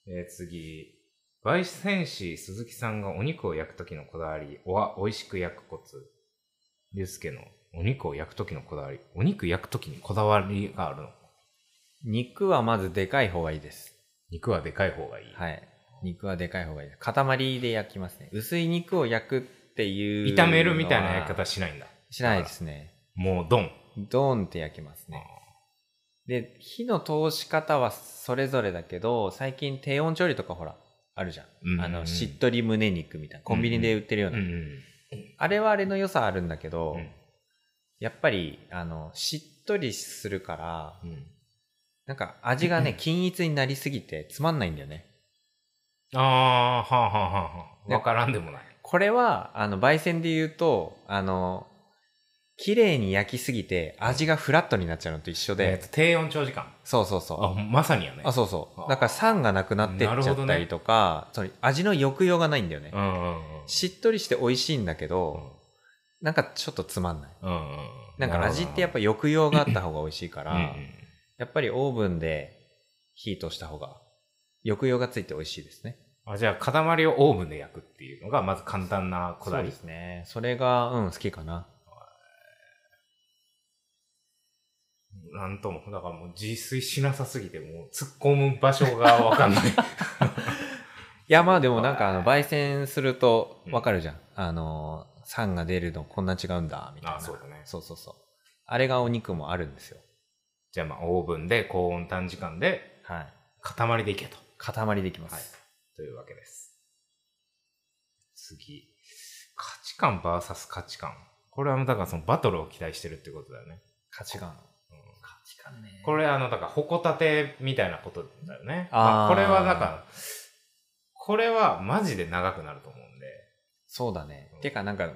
えー、次。焙煎師鈴木さんがお肉を焼くときのこだわりは美味しく焼くコツ。リュウスケのお肉を焼くときのこだわり。お肉焼くときにこだわりがあるの？ 肉はまずでかい方がいいです。 肉はでかい方がいい。 はい。肉はでかい方がいいです。塊で焼きますね。薄い肉を焼くっていう。 炒めるみたいな焼き方しないんだ。 しないですね。 もうドン。 ドンって焼きますね。で、火の通し方はそれぞれだけど、最近低温調理とかほら、あるじゃん。うんうん、あの、しっとり胸肉みたいな。コンビニで売ってるような。うんうん、あれはあれの良さあるんだけど、うん、やっぱり、あの、しっとりするから、うん、なんか味がね、均一になりすぎてつまんないんだよね。 ああ、はあはあはあ。わからんでもない。 これは、あの、焙煎で言うと、あの、綺麗に焼きすぎて味がフラットになっちゃうのと一緒で、えー、低温長時間。 そうそうそう。 あ、まさにやね。 あ、そうそう。だから酸がなくなってっちゃったりとか、ね、味の抑揚がないんだよね、うんうんうん。しっとりして美味しいんだけど、うん、なんかちょっとつまんない。うんうんうん、なんか味ってやっぱ抑揚があった方が美味しいから、うんうん、やっぱりオーブンで火通した方が抑揚がついて美味しいですね。 あ、じゃあ塊をオーブンで焼くっていうのがまず簡単なこだわり。 そうですね。それがうん好きかな。 なんとも、だからもう自炊しなさすぎて、もう突っ込む場所がわかんない。いや、まあでもなんかあの、焙煎するとわかるじゃん。うん、あの、酸が出るのこんな違うんだ、みたいな。 あ、そうだね。 そうそうそう。あれがお肉もあるんですよ。 じゃあまあオーブンで高温短時間で、はい。塊でいけと。 塊でいきます。 はい。というわけです。次。価値観 ブイエス 価値観。これはだからそのバトルを期待してるってことだよね。 価値観。 ね、これあのだから矛立てみたいなことだよね。あ、まあ、これはだからこれはマジで長くなると思うんで。 そうだね。うん、てかなんか、うん、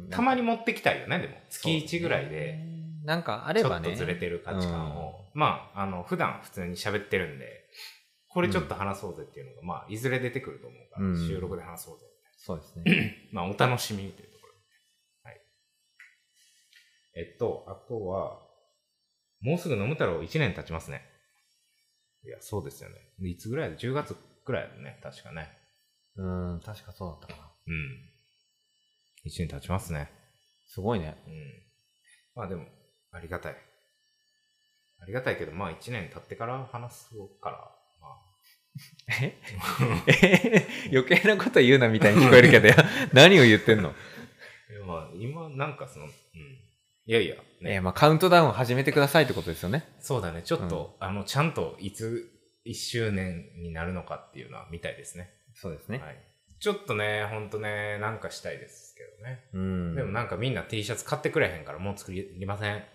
たまに持ってきたいよね。でも月いちぐらいで、 なんかあればね、 ちょっとずれてる価値観を、うん、まああの普段普通に喋ってるんで、これちょっと話そうぜっていうのが、うん、まあいずれ出てくると思うから、うん、収録で話そうぜみたいな。 そうですね。 まあお楽しみというところで、はい。えっとあとは。もうすぐ飲む太郎いちねん経ちますね。いや、そうですよね。いつぐらいで ?じゅう 月くらいだね。確かね。 うーん、確かそうだったかな。 うん。いちねん経ちますね。 すごいね。 うん。まあでも、ありがたい。ありがたいけど、まあいちねん経ってから話すから、まあ。 え余計なこと言うなみたいに聞こえるけど、何を言ってんの？ いや、まあ今なんかその、うん。いやいや、 ね、えー、まあカウントダウンを始めてくださいってことですよね。 そうだね。ちょっと、うん、あの、ちゃんといついっしゅうねんになるのかっていうのは見たいですね。 そうですね。 はい。 ちょっとね、ほんとね、なんかしたいですけどね。 うん。 でもなんかみんな T シャツ買ってくれへんからもう作りません。も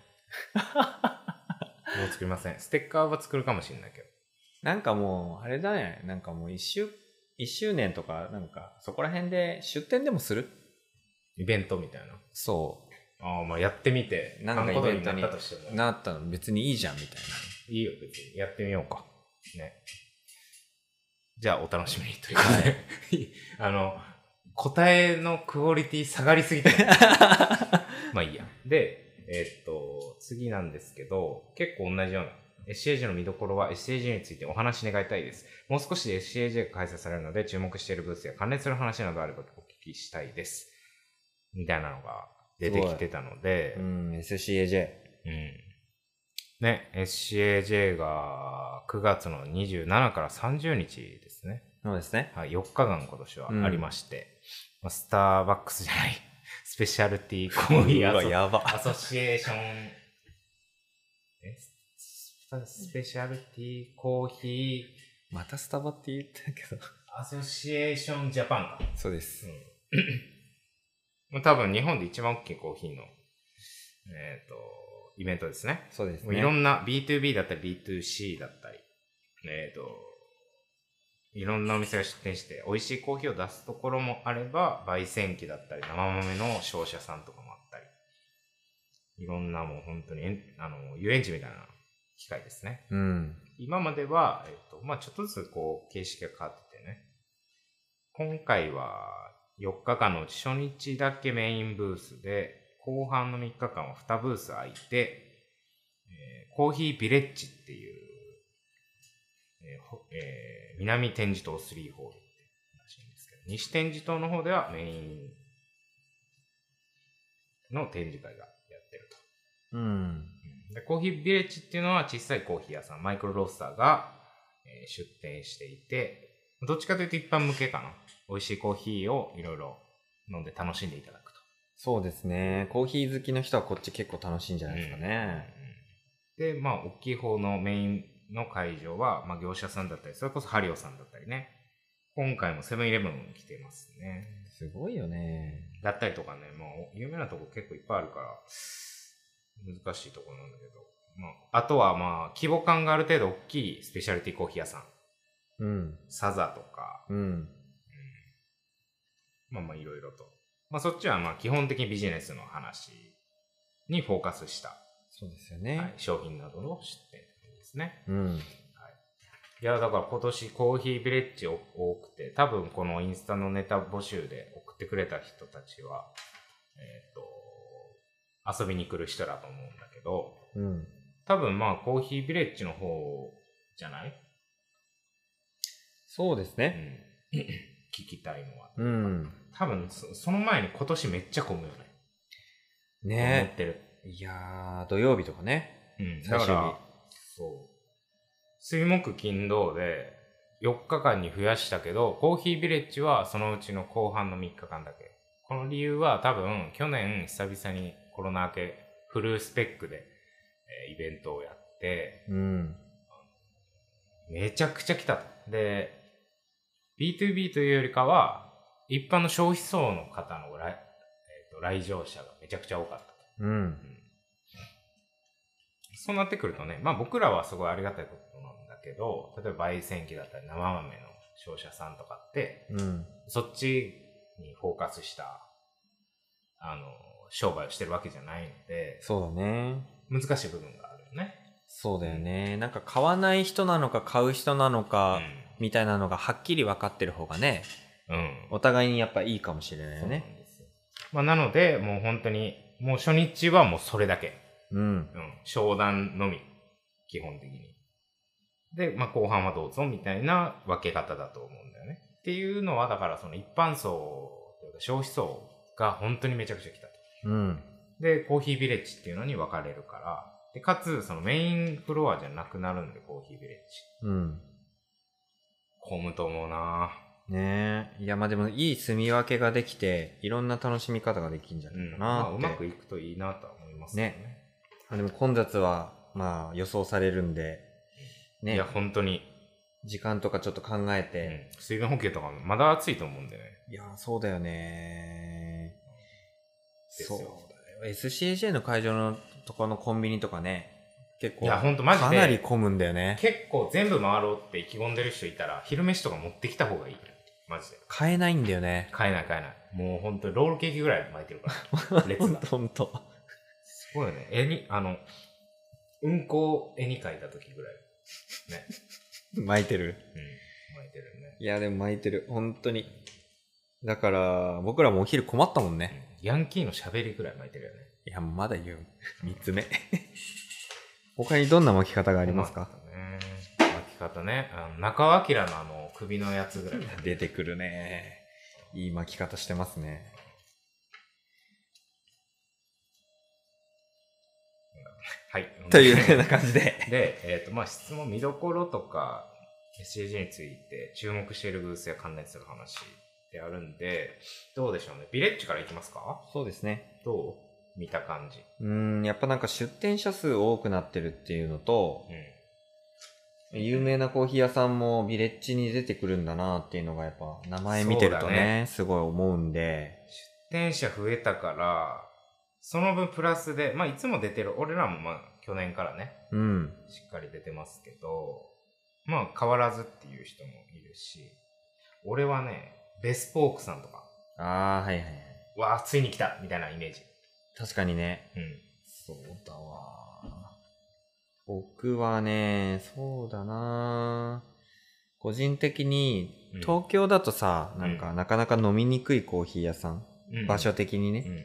う作りません。ステッカーは作るかもしれないけど。 なんかもう、あれだね。なんかもう一周、一周年とか、なんかそこら辺で出店でもする？ イベントみたいな。 そう。 ああ、まあやってみて、 なんかイベントになったとしても。 なったの別にいいじゃんみたいな。 いいよ、別に。やってみようか。ね。じゃあお楽しみにということで、はい、あの、答えのクオリティ下がりすぎてまあいいや。で、えー、っと、次なんですけど、結構同じような。エスシーエージェー の見どころは エスシーエージェー についてお話願いたいです。もう少しで エスシーエージェー が開催されるので注目しているブースや関連する話などあればお聞きしたいです。みたいなのが出てきてたので。 うん、エスシーエージェー。 うん。ね、エスシーエージェー がくがつのにじゅうしちからさんじゅうにちですね。 そうですね。 はい、よっかかん今年はありまして、うんまあ、スターバックスじゃない、スペシャルティーコーヒーアソやばアソシエーション、えスペシャルティーコーヒー、またスタバって言ったけど。 アソシエーションジャパンか。 そうです。 うん、多分日本で一番大きいコーヒーの、えっと、イベントですね。 そうですね。 もういろんな ビーツービー だったり ビーツーシー だったり、えっと、いろんなお店が出店して美味しいコーヒーを出すところもあれば、焙煎機だったり生豆の商社さんとかもあったり、いろんなもう本当にあの遊園地みたいな機会ですね。 うん、 今までは、えっとまあ、ちょっとずつこう形式が変わっててね、今回はよっかかんのうち初日だけメインブースで、後半のみっかかんはにブース空いて、えー、コーヒービレッジっていう、えーえー、南展示棟スリーホールってらしいんですけど、西展示棟の方ではメインの展示会がやってると。 うん、 でコーヒービレッジっていうのは小さいコーヒー屋さん、マイクロロースターが、えー、出店していて、どっちかというと一般向けかな。美味しいコーヒーをいろいろ飲んで楽しんでいただくと。 そうですね。コーヒー好きの人はこっち結構楽しいんじゃないですかね。 うんうん、で、まあ、大きい方のメインの会場は、まあ、業者さんだったり、それこそハリオさんだったりね。今回もセブンイレブン来てますね。 すごいよね。 だったりとかね、もう有名なとこ結構いっぱいあるから、難しいところなんだけど。まあ、あとはまあ、規模感がある程度大きいスペシャリティコーヒー屋さん。 うん。 サザとか。 うん。うん、 まあまあ、いろいろと。まあ、そっちはまあ基本的にビジネスの話にフォーカスした、 そうですよね。 はい、商品などの出店ですね。 うん。はい。 いや、だから今年コーヒービレッジ多くて、多分このインスタのネタ募集で送ってくれた人たちは、えっと、遊びに来る人だと思うんだけど、 うん。 多分まあコーヒービレッジの方じゃない？ そうですね。 うん、聞きたいのは。 うん。 多分そ、その前に今年めっちゃ混むよね。 ね思ってる。 いやー、土曜日とかね。 うん。だから、そう。水木金土でよっかかんに増やしたけど、コーヒービレッジはそのうちの後半のみっかかんだけ。この理由は多分、去年久々にコロナ明け、フルスペックで、えー、イベントをやって、 うん。 めちゃくちゃ来たと。で、ビーツービー というよりかは、一般の消費層の方の来、えーと、来場者がめちゃくちゃ多かったと。 うん。うん、 そうなってくるとね、まあ僕らはすごいありがたいことなんだけど、例えば焙煎機だったり生豆の商社さんとかって、 うん、 そっちにフォーカスした、あの、商売をしてるわけじゃないので、 そうだね。 難しい部分があるよね。 そうだよね。なんか買わない人なのか買う人なのか、うん、みたいなのがはっきり分かってる方がね、うん、お互いにやっぱいいかもしれないよね。そうなんですよ。 まあなので、もう本当に、もう初日はもうそれだけ。 うん。うん。 商談のみ。基本的に。で、まあ後半はどうぞみたいな分け方だと思うんだよね。っていうのは、だからその一般層というか消費層が本当にめちゃくちゃ来たと。 うん。 で、コーヒービレッジっていうのに分かれるから、で、かつ、そのメインフロアじゃなくなるんで、コーヒービレッジ。 うん。 混むと思うなぁ。ねえ。いや、まあでもいい住み分けができて、いろんな楽しみ方ができるんじゃないかなって、うん、 まあうまくいくといいなとは思いますね。ね。 でも混雑は、まあ予想されるんで、 ね。いや、本当に。 時間とかちょっと考えて、 うん、水分補給とかまだ暑いと思うんでね。 いやそうだよね。そうだよ。エスシーエージェー の会場のところのコンビニとかね、結構、いや、ほんとマジで、かなり混むんだよね。 結構全部回ろうって意気込んでる人いたら、昼飯とか持ってきた方がいい。マジで。 買えないんだよね。 買えない買えない。もうほんとロールケーキぐらい巻いてるから。列が。 ほんと。 すごいよね。絵に、あの、うんこを絵に描いた時ぐらい。ね。 巻いてる。うん。 巻いてるね。 いや、でも巻いてる。本当に。だから、僕らもお昼困ったもんね。 うん、ヤンキーの喋りぐらい巻いてるよね。 いや、まだ言う。三つ目。他にどんな巻き方がありますか？ ね、巻き方ね。あの中尾明のあの首のやつぐらい。 出てくるね。いい巻き方してますね。 はい。 というような感じで。 で、えっ、ー、と、まあ、質問、見どころとか、エスシーエージェー について注目しているブースや関連する話であるんで、どうでしょうね。ビレッジからいきますか？ そうですね。 どう見た感じ。 うーん、やっぱなんか出店者数多くなってるっていうのと、うん、有名なコーヒー屋さんもビレッジに出てくるんだなっていうのがやっぱ名前見てると ね, ねすごい思うんで。 出店者増えたから、その分プラスで、まあいつも出てる、俺らもまあ去年からね、うん、しっかり出てますけど、まあ変わらずっていう人もいるし、俺はね、ベスポークさんとか。 ああ、はいはいはい。 わあ、ついに来たみたいなイメージ。 確かにね。うん。そうだわ。僕はね、そうだな。個人的に、東京だとさ、うん、なんかなかなか飲みにくいコーヒー屋さん。うん、場所的にね。うんうんうんうん、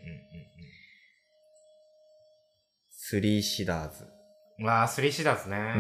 スリーシダーズ。 わあ、スリーシダーズね。うん。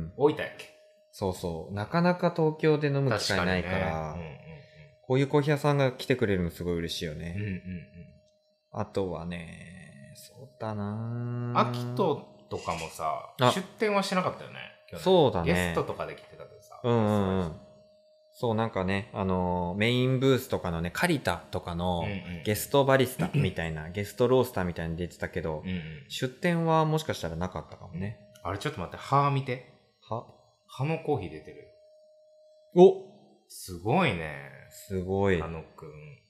大分やっけ？ そうそう。なかなか東京で飲む機会ないから、ね、うんうんうん、こういうコーヒー屋さんが来てくれるのすごい嬉しいよね。うんうんうん、あとはね、そうだなぁ。 秋田とかもさ、出店はしなかったよね。 そうだね。 ゲストとかで来てたけどさ。 うんうんうん。そう、なんかね、あのー、メインブースとかのね、カリタとかのゲストバリスタみたいな、ゲストロースターみたいに出てたけど、うんうん、出店はもしかしたらなかったかもね。 あれちょっと待って、歯見て。 歯歯のコーヒー出てる。 おすごいね。 すごい。 歯のくん。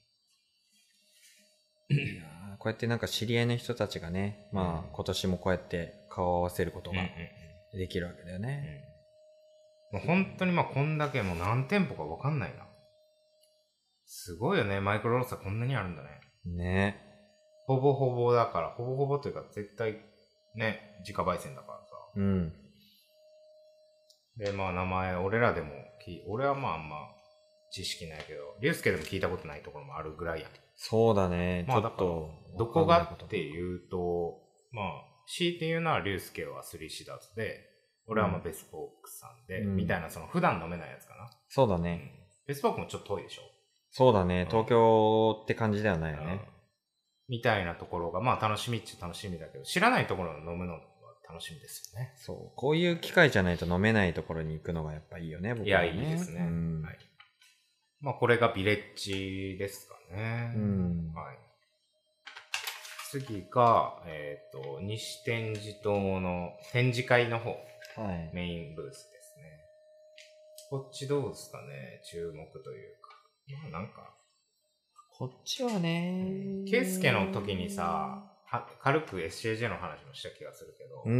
いやこうやってなんか知り合いの人たちがね、まあ、うん、今年もこうやって顔を合わせることができるわけだよね。 うんうん、もう本当にまあこんだけもう何店舗か分かんないな。すごいよね。マイクロロースターこんなにあるんだね。 ね。 ほぼほぼだから、ほぼほぼというか絶対ね、自家焙煎だからさ。うん。で、まあ名前、俺らでもき、俺はまああんま知識ないけど、リュウスケでも聞いたことないところもあるぐらいやん。 そうだね。まあ、ちょっと。どこがっていうと、まあ、強いて言うのはリュウスケはスリーシダーズで、俺はまあベスポークさんで、うん、みたいなその普段飲めないやつかな。 そうだね。 うん、ベスポークもちょっと遠いでしょ。 そうだね。東京って感じではないよね。うん、 みたいなところが、まあ楽しみっちゃ楽しみだけど、知らないところを飲むのは楽しみですよね。 そう。こういう機会じゃないと飲めないところに行くのがやっぱいいよね、僕はね。 いや、いいですね。うん、はい。まあこれがビレッジですかね。うん。はい。次が、えっ、ー、と、西展示棟の展示会の方。はい。メインブースですね。こっちどうですかね、注目というか。まあなんか。 こっちはね。 ケイスケの時にさ、軽く エスシーエージェー の話もした気がするけど。うん。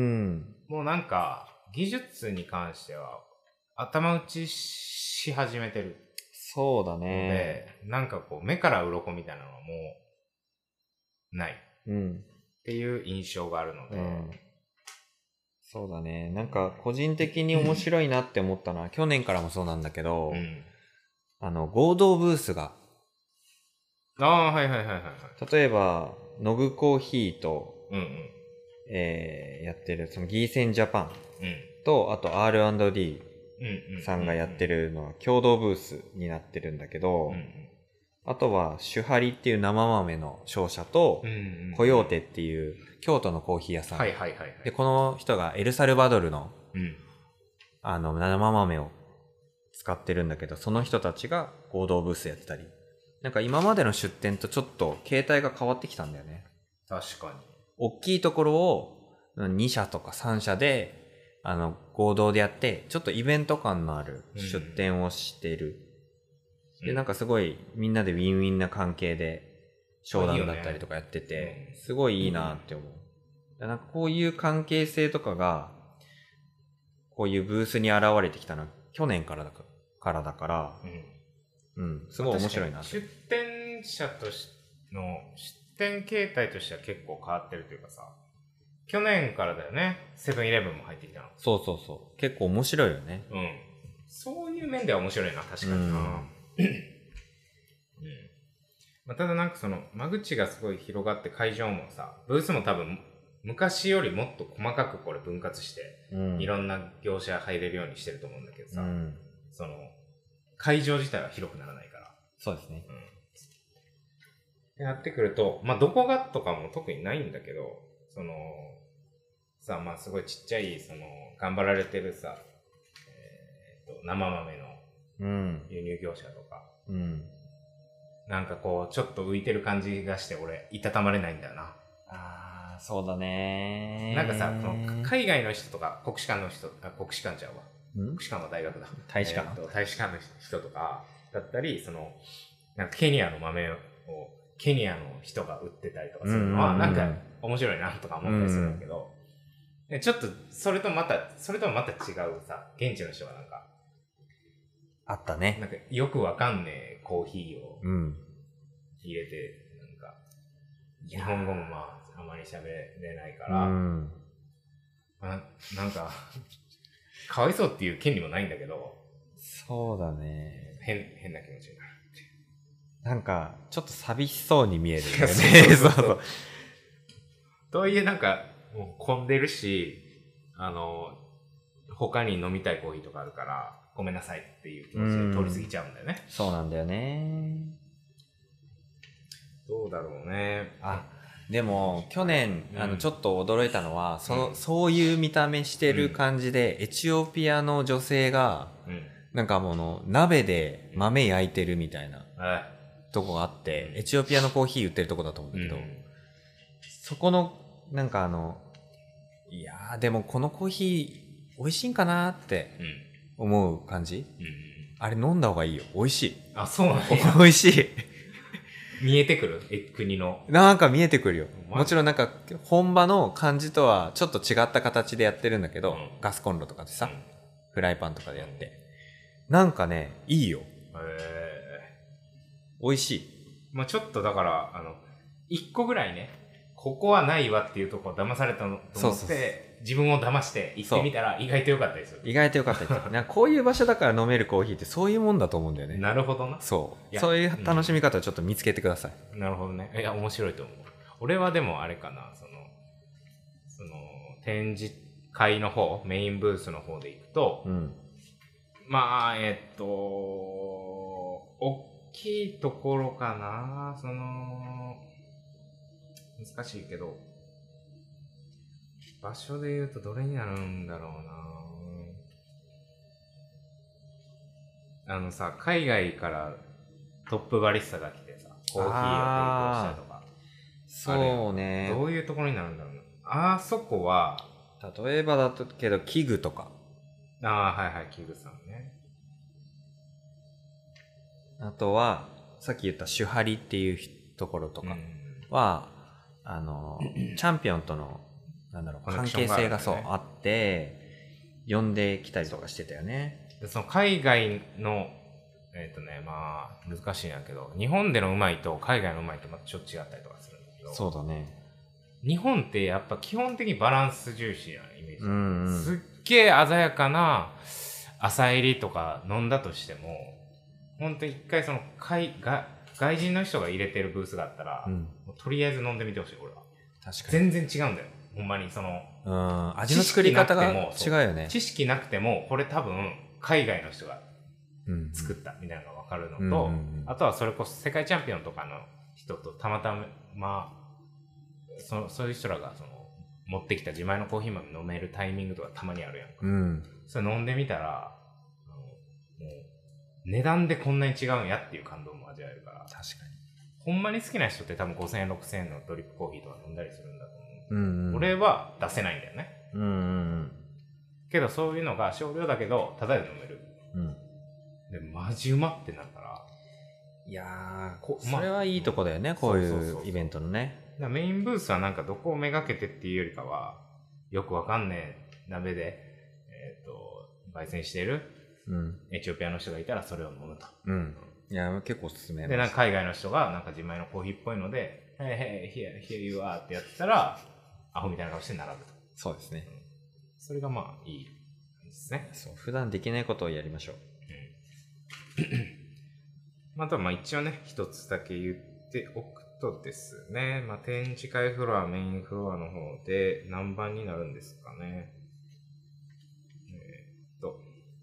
もうなんか、技術に関しては、頭打ちし始めてる。 そうだね。 で、なんかこう、目から鱗みたいなのはもう、ない。うん。っていう印象があるので。うん、 そうだね。なんか、個人的に面白いなって思ったのは、去年からもそうなんだけど、うん、あの、合同ブースが。 ああ、はいはいはいはい。 例えば、ノグコーヒーと、うんうん、えー、やってる、そのギーセンジャパンと、うん、あと アールアンドディー さんがやってるのは共同ブースになってるんだけど、うんうん、あとは、シュハリっていう生豆の商社と、コヨーテっていう京都のコーヒー屋さん。はいはいはい、はい。で、この人がエルサルバドルの、うん、あの、生豆を使ってるんだけど、その人たちが合同ブースやってたり。なんか今までの出店とちょっと形態が変わってきたんだよね。 確かに。 大きいところをに社とかさん社で、あの、 合同でやって、ちょっとイベント感のある出店をしてる。うん、で、なんかすごいみんなでウィンウィンな関係で商談だったりとかやってて、いいね、すごいいいなって思う。うん、なんかこういう関係性とかが、こういうブースに現れてきたのは去年からだから、からだから、うん、うん、すごい面白いなって。 出店者としての出店形態としては結構変わってるというかさ、去年からだよね、セブンイレブンも入ってきたの。 そうそうそう。結構面白いよね。 うん。そういう面では面白いな、確かにな。うん。うん、まあ、ただなんかその、間口がすごい広がって会場もさ、ブースも多分、昔よりもっと細かくこれ分割して、うん、いろんな業者入れるようにしてると思うんだけどさ、うん、その、会場自体は広くならないから。 そうですね。 うん。やってくると、まあ、どこがとかも特にないんだけど、その、さ、まあ、すごいちっちゃい、その、頑張られてるさ、えー、と生豆の輸入業者とか、うん、なんかこう、ちょっと浮いてる感じがして、俺、いたたまれないんだよな。 ああ、そうだね。 なんかさ、この海外の人とか、国士舘の人、あ、国士舘ちゃうわ。国士舘は大学だ。 大使館、 えー、大使館の人とか、だったり、その、なんかケニアの豆を、ケニアの人が売ってたりとかするのは、なんか面白いなとか思ったりするんだけど、うん、ちょっと、それとまた、それともまた違うさ、現地の人がなんか、 あったね。 なんかよくわかんねえコーヒーを入れて、なんか、日本語もまあ、あまり喋れないから、うん、な, なんか、かわいそうっていう権利もないんだけど、 そうだね。 変、変な気持ちになる。 なんか、ちょっと寂しそうに見えるよね。そうそう。 とはいえなんか、もう混んでるし、あの、他に飲みたいコーヒーとかあるから、ごめんなさいっていう気持ちで通り過ぎちゃうんだよね。 うそうなんだよね。 どうだろうね。 あ、でも、去年、うん、あの、ちょっと驚いたのは、その、うん、そういう見た目してる感じで、うん、エチオピアの女性が、うん、なんかもうの、鍋で豆焼いてるみたいな。うんとこがあって、エチオピアのコーヒー売ってるとこだと思うんだけど、うん、そこの、なんかあの、いやーでもこのコーヒー美味しいんかなーって思う感じ、うんうん、あれ飲んだ方がいいよ。美味しい。 あ、そうなんや。 美味しい。 見えてくるえ、国の。 なんか見えてくるよ。もちろんなんか本場の感じとはちょっと違った形でやってるんだけど、うん、ガスコンロとかでさ、うん、フライパンとかでやって。なんかね、いいよ。へー。美味しい。 まあちょっとだから、あの、一個ぐらいね、ここはないわっていうとこ騙されたのと思って、そうそうそう自分を騙して行ってみたら意外と良かったですよ。 意外と良かったです。なんかこういう場所だから飲めるコーヒーってそういうもんだと思うんだよね。 なるほどな。 そう。そういう楽しみ方をちょっと見つけてください。 うん、なるほどね。いや、面白いと思う。俺はでもあれかな、その、その、展示会の方、メインブースの方で行くと、うん、まあ、えっと、お大きいところかな、その難しいけど場所で言うとどれになるんだろうな。あのさ、海外からトップバリスタが来てさ、コーヒーを提供したとか、 そうね、 どういうところになるんだろうな。あそこは例えばだとけど器具とか、 ああ、はいはい、器具さんね。 あとはさっき言った手張りっていうところとかは、うん、あのチャンピオンとのなんだろう関係性がそうあって呼んできたりとかしてたよね。 でその海外のえっとねまあ難しいんやけど、日本でのうまいと海外のうまいとまたちょっと違ったりとかするんだけど、 そうだね。 日本ってやっぱ基本的にバランス重視なイメージ、うんうん、すっげえ鮮やかな朝入りとか飲んだとしても、本当に一回その海が外人の人が入れてるブースがあったら、うん、もうとりあえず飲んでみてほしい。俺は確かに全然違うんだよ。ほんまにその、 うん、味の作り方が違うよね。 知識なくてもこれ多分海外の人が作ったみたいなのが分かるのと、うんうんうん、あとはそれこそ世界チャンピオンとかの人とたまたま、まあ、そ, そういう人らがその持ってきた自前のコーヒー豆飲めるタイミングとかたまにあるやんか、うん、それ飲んでみたらもう値段でこんなに違うんやっていう感動も味わえるから。 確かにほんまに好きな人って多分ごせんえんろくせんえんのドリップコーヒーとか飲んだりするんだと思う、うんうん、俺は出せないんだよね、うんうん、 けどそういうのが少量だけどタダで飲める。 うん。 でマジうまってなるから。 いやー、こそれはいいとこだよね、まあ、こういうイベントのね。 だからメインブースはなんかどこをめがけてっていうよりかは、よくわかんねえ鍋で、えっと、焙煎している、うん、エチオピアの人がいたらそれを飲むと。 うん。いや、結構おすすめ。 で、なんか海外の人がなんか自前のコーヒーっぽいので、へいへい、here, here you are ってやってたら、アホみたいな顔して並ぶと。 そうですね。うん、 それがまあいい感じですね。 そう、普段できないことをやりましょう。 うん、あとはまあ一応ね、一つだけ言っておくとですね、まあ展示会フロア、メインフロアの方で何番になるんですかね。えー、っと、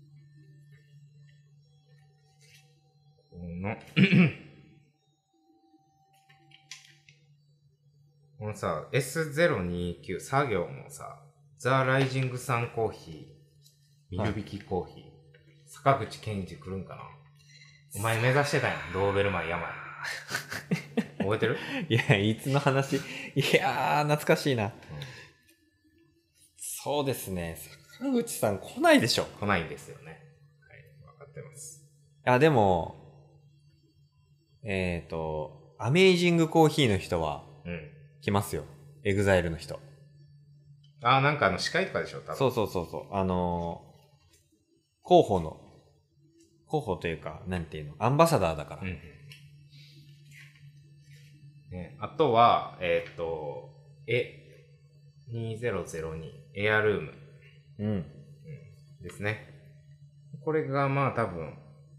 この、このさ、エスゼロにきゅう 作業のさ、ザ・ライジングサンコーヒー、ミルビキコーヒー、はい、坂口健二来るんかな。お前目指してたんやん、ドーベルマン山。覚えてる？ いや、いつの話？いやー、懐かしいな。うん、そうですね。坂口さん来ないでしょ。 来ないんですよね。はい、分かってます。 あ、でも、えっと、アメイジングコーヒーの人は、うん、来ますよ。エグザイルの人。 あー、なんかあの司会とかでしょ、多分。 そうそうそうそう。あのー、候補の、候補というか、なんていうの、アンバサダーだから。うんね、あとは、えっ、ー、と、え、にせんにエアルーム。うん。うん。ですね。これがまあ多分、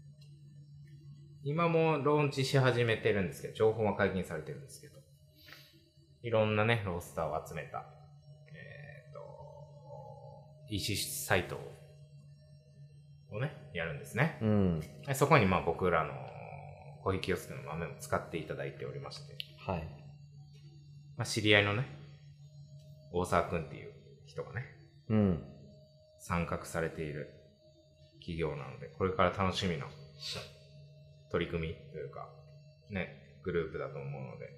今もローンチし始めてるんですけど、情報は解禁されてるんですけど、いろんなね、ロースターを集めた、えっ、ー、と、イーシー サイトをね、やるんですね。うん。そこにまあ僕らのコーヒーキオスクの豆も使っていただいておりまして、はい。まあ、知り合いのね、大沢くんっていう人がね、うん。参画されている企業なので、これから楽しみな取り組みというか、ね、グループだと思うので、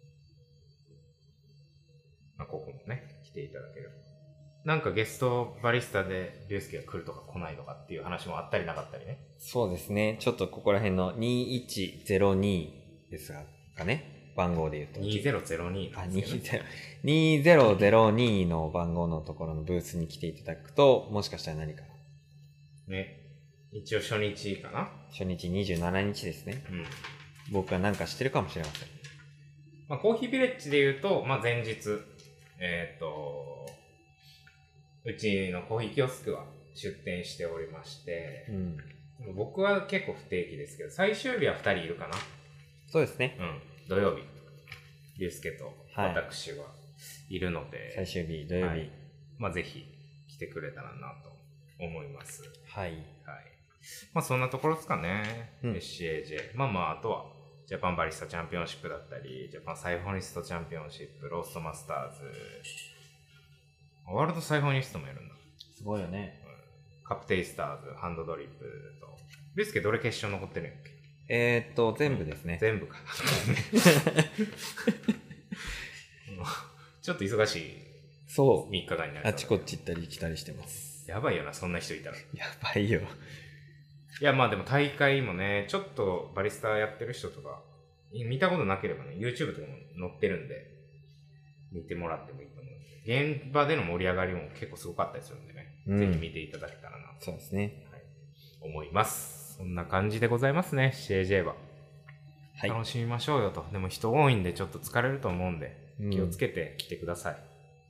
まあ、ここもね、来ていただければ。なんかゲストバリスタでリュウスケが来るとか来ないとかっていう話もあったりなかったりね。 そうですね。ちょっとここら辺のにいちゼロにですかね。番号で言うと。 にせんになんですよね。 にせんにの番号のところのブースに来ていただくと、もしかしたら何かな。 ね。一応初日かな。 初日にじゅうしちにちですね。うん。僕は何かしてるかもしれません。 まあ、コーヒービレッジで言うと、まあ、前日、えっと、うちのコーヒーキオスクは出店しておりまして、うん、僕は結構不定期ですけど、最終日はふたりいるかな。 そうですね。 うん。土曜日、リュウスケと私はいるので、はい、 最終日、土曜日。はい、 まあ、ぜひ来てくれたらなと思います。 はい。はい。 まあ、そんなところですかね。うん、エスシーエージェー。まあまあ、あとは、ジャパンバリスタチャンピオンシップだったり、ジャパンサイフォニストチャンピオンシップ、ローストマスターズ、ワールドサイフォニストもやるんだ。 すごいよね。 うん、カプテイスターズ、ハンドドリップと。ビスケどれ決勝残ってるんやっけ？ えー、っと、全部ですね。 全部か。ちょっと忙しい。 そう。 みっかかんになる。 あちこっち行ったり来たりしてます。 やばいよな、そんな人いたら。 やばいよ。 いや、まあでも大会もね、ちょっとバリスタやってる人とか、見たことなければね、YouTube とかも載ってるんで、見てもらってもいいと思う。現場での盛り上がりも結構すごかったりするんでね、うん、ぜひ見ていただけたらなと、 そうですね、 はい、思います。そんな感じでございますね、シーエージェー は、はい、楽しみましょうよと。でも人多いんでちょっと疲れると思うんで、うん、気をつけて来てください。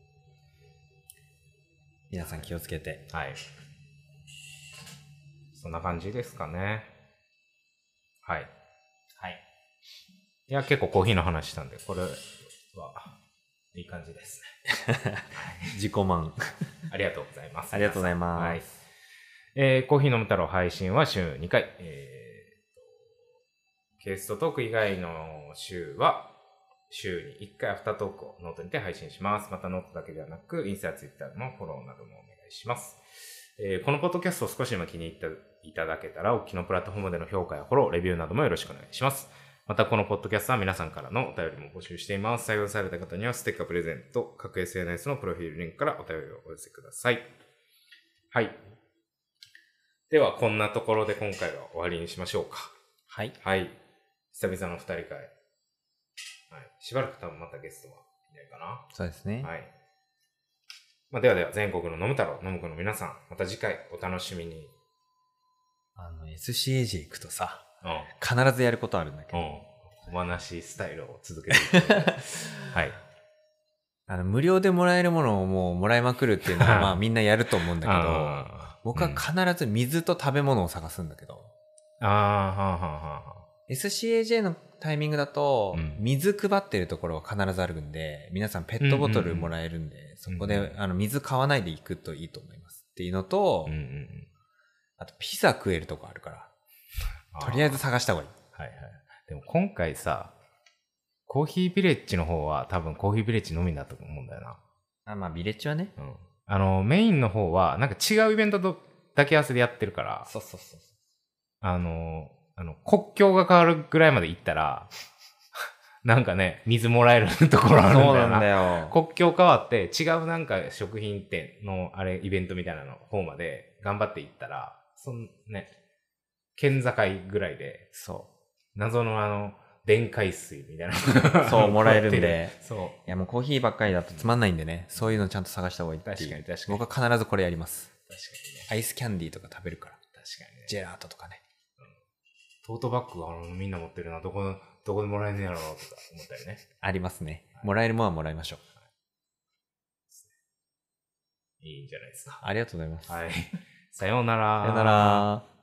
皆さん気をつけて。 はい。そんな感じですかね。はい。はい。いや、結構コーヒーの話したんで、これは、いい感じですね。 自己満。 ありがとうございます。 ありがとうございます。 はい。えー、コーヒー飲む太郎配信は週にかい。えー、ゲストトーク以外の週は週にいっかいアフタートークをノートにて配信します。またノートだけではなく、インスタ、ツイッターのフォローなどもお願いします。えー、このポッドキャストを少しでも気に入っていただけたら、お聞きのプラットフォームでの評価やフォロー、レビューなどもよろしくお願いします。またこのポッドキャストは皆さんからのお便りも募集しています。採用された方にはステッカープレゼント、各 エスエヌエス のプロフィールリンクからお便りをお寄せください。 はい。では、こんなところで今回は終わりにしましょうか。 はい。 はい。久々の二人会。はい。しばらく多分またゲストはいないかな。 そうですね。 はい。まあ、ではでは、全国の飲む太郎、飲む子の皆さん、また次回お楽しみに。 あの、エスシーエージェー 行くとさ、 うん、 必ずやることあるんだけど。うん。 お話スタイルを続けていく。はい。 あの、無料でもらえるものをもうもらいまくるっていうのは、まあみんなやると思うんだけど、僕は必ず水と食べ物を探すんだけど。 ああ、はあ、はあ、はあ。 エスシーエージェー のタイミングだと、うん、水配ってるところは必ずあるんで、皆さんペットボトルもらえるんで、うんうんうん、そこで、あの、水買わないで行くといいと思いますっていうのと、うんうんうん、あとピザ食えるとこあるから、とりあえず探した方がいい。 はいはい。でも今回さ、コーヒービレッジの方は多分コーヒービレッジのみだと思うんだよな。 あ、まあビレッジはね。 うん。あの、メインの方は、なんか違うイベントと抱き合わせでやってるから、 そうそうそう。 あの、あの、国境が変わるぐらいまで行ったら、なんかね、水もらえるところあるんだよな。 そうなんだよ。 国境変わって、違うなんか食品店のあれ、イベントみたいなの方まで頑張って行ったら、そんね、県境ぐらいで、 そう。 謎のあの、電解水みたいな。 そう、もらえるんで。 そう。 いやもうコーヒーばっかりだとつまんないんでね、そういうのちゃんと探した方がいいっていう。 確かに確かに。 僕は必ずこれやります。 確かにね。 アイスキャンディーとか食べるから。 確かにね。 ジェラートとかね。 うん、トートバッグはあのみんな持ってるな。どこ、どこでもらえんねやろうとか思ったりね。 ありますね。もらえるものはもらいましょう。はい、 いいんじゃないですか。 ありがとうございます。 はい。さようなら。 さようなら。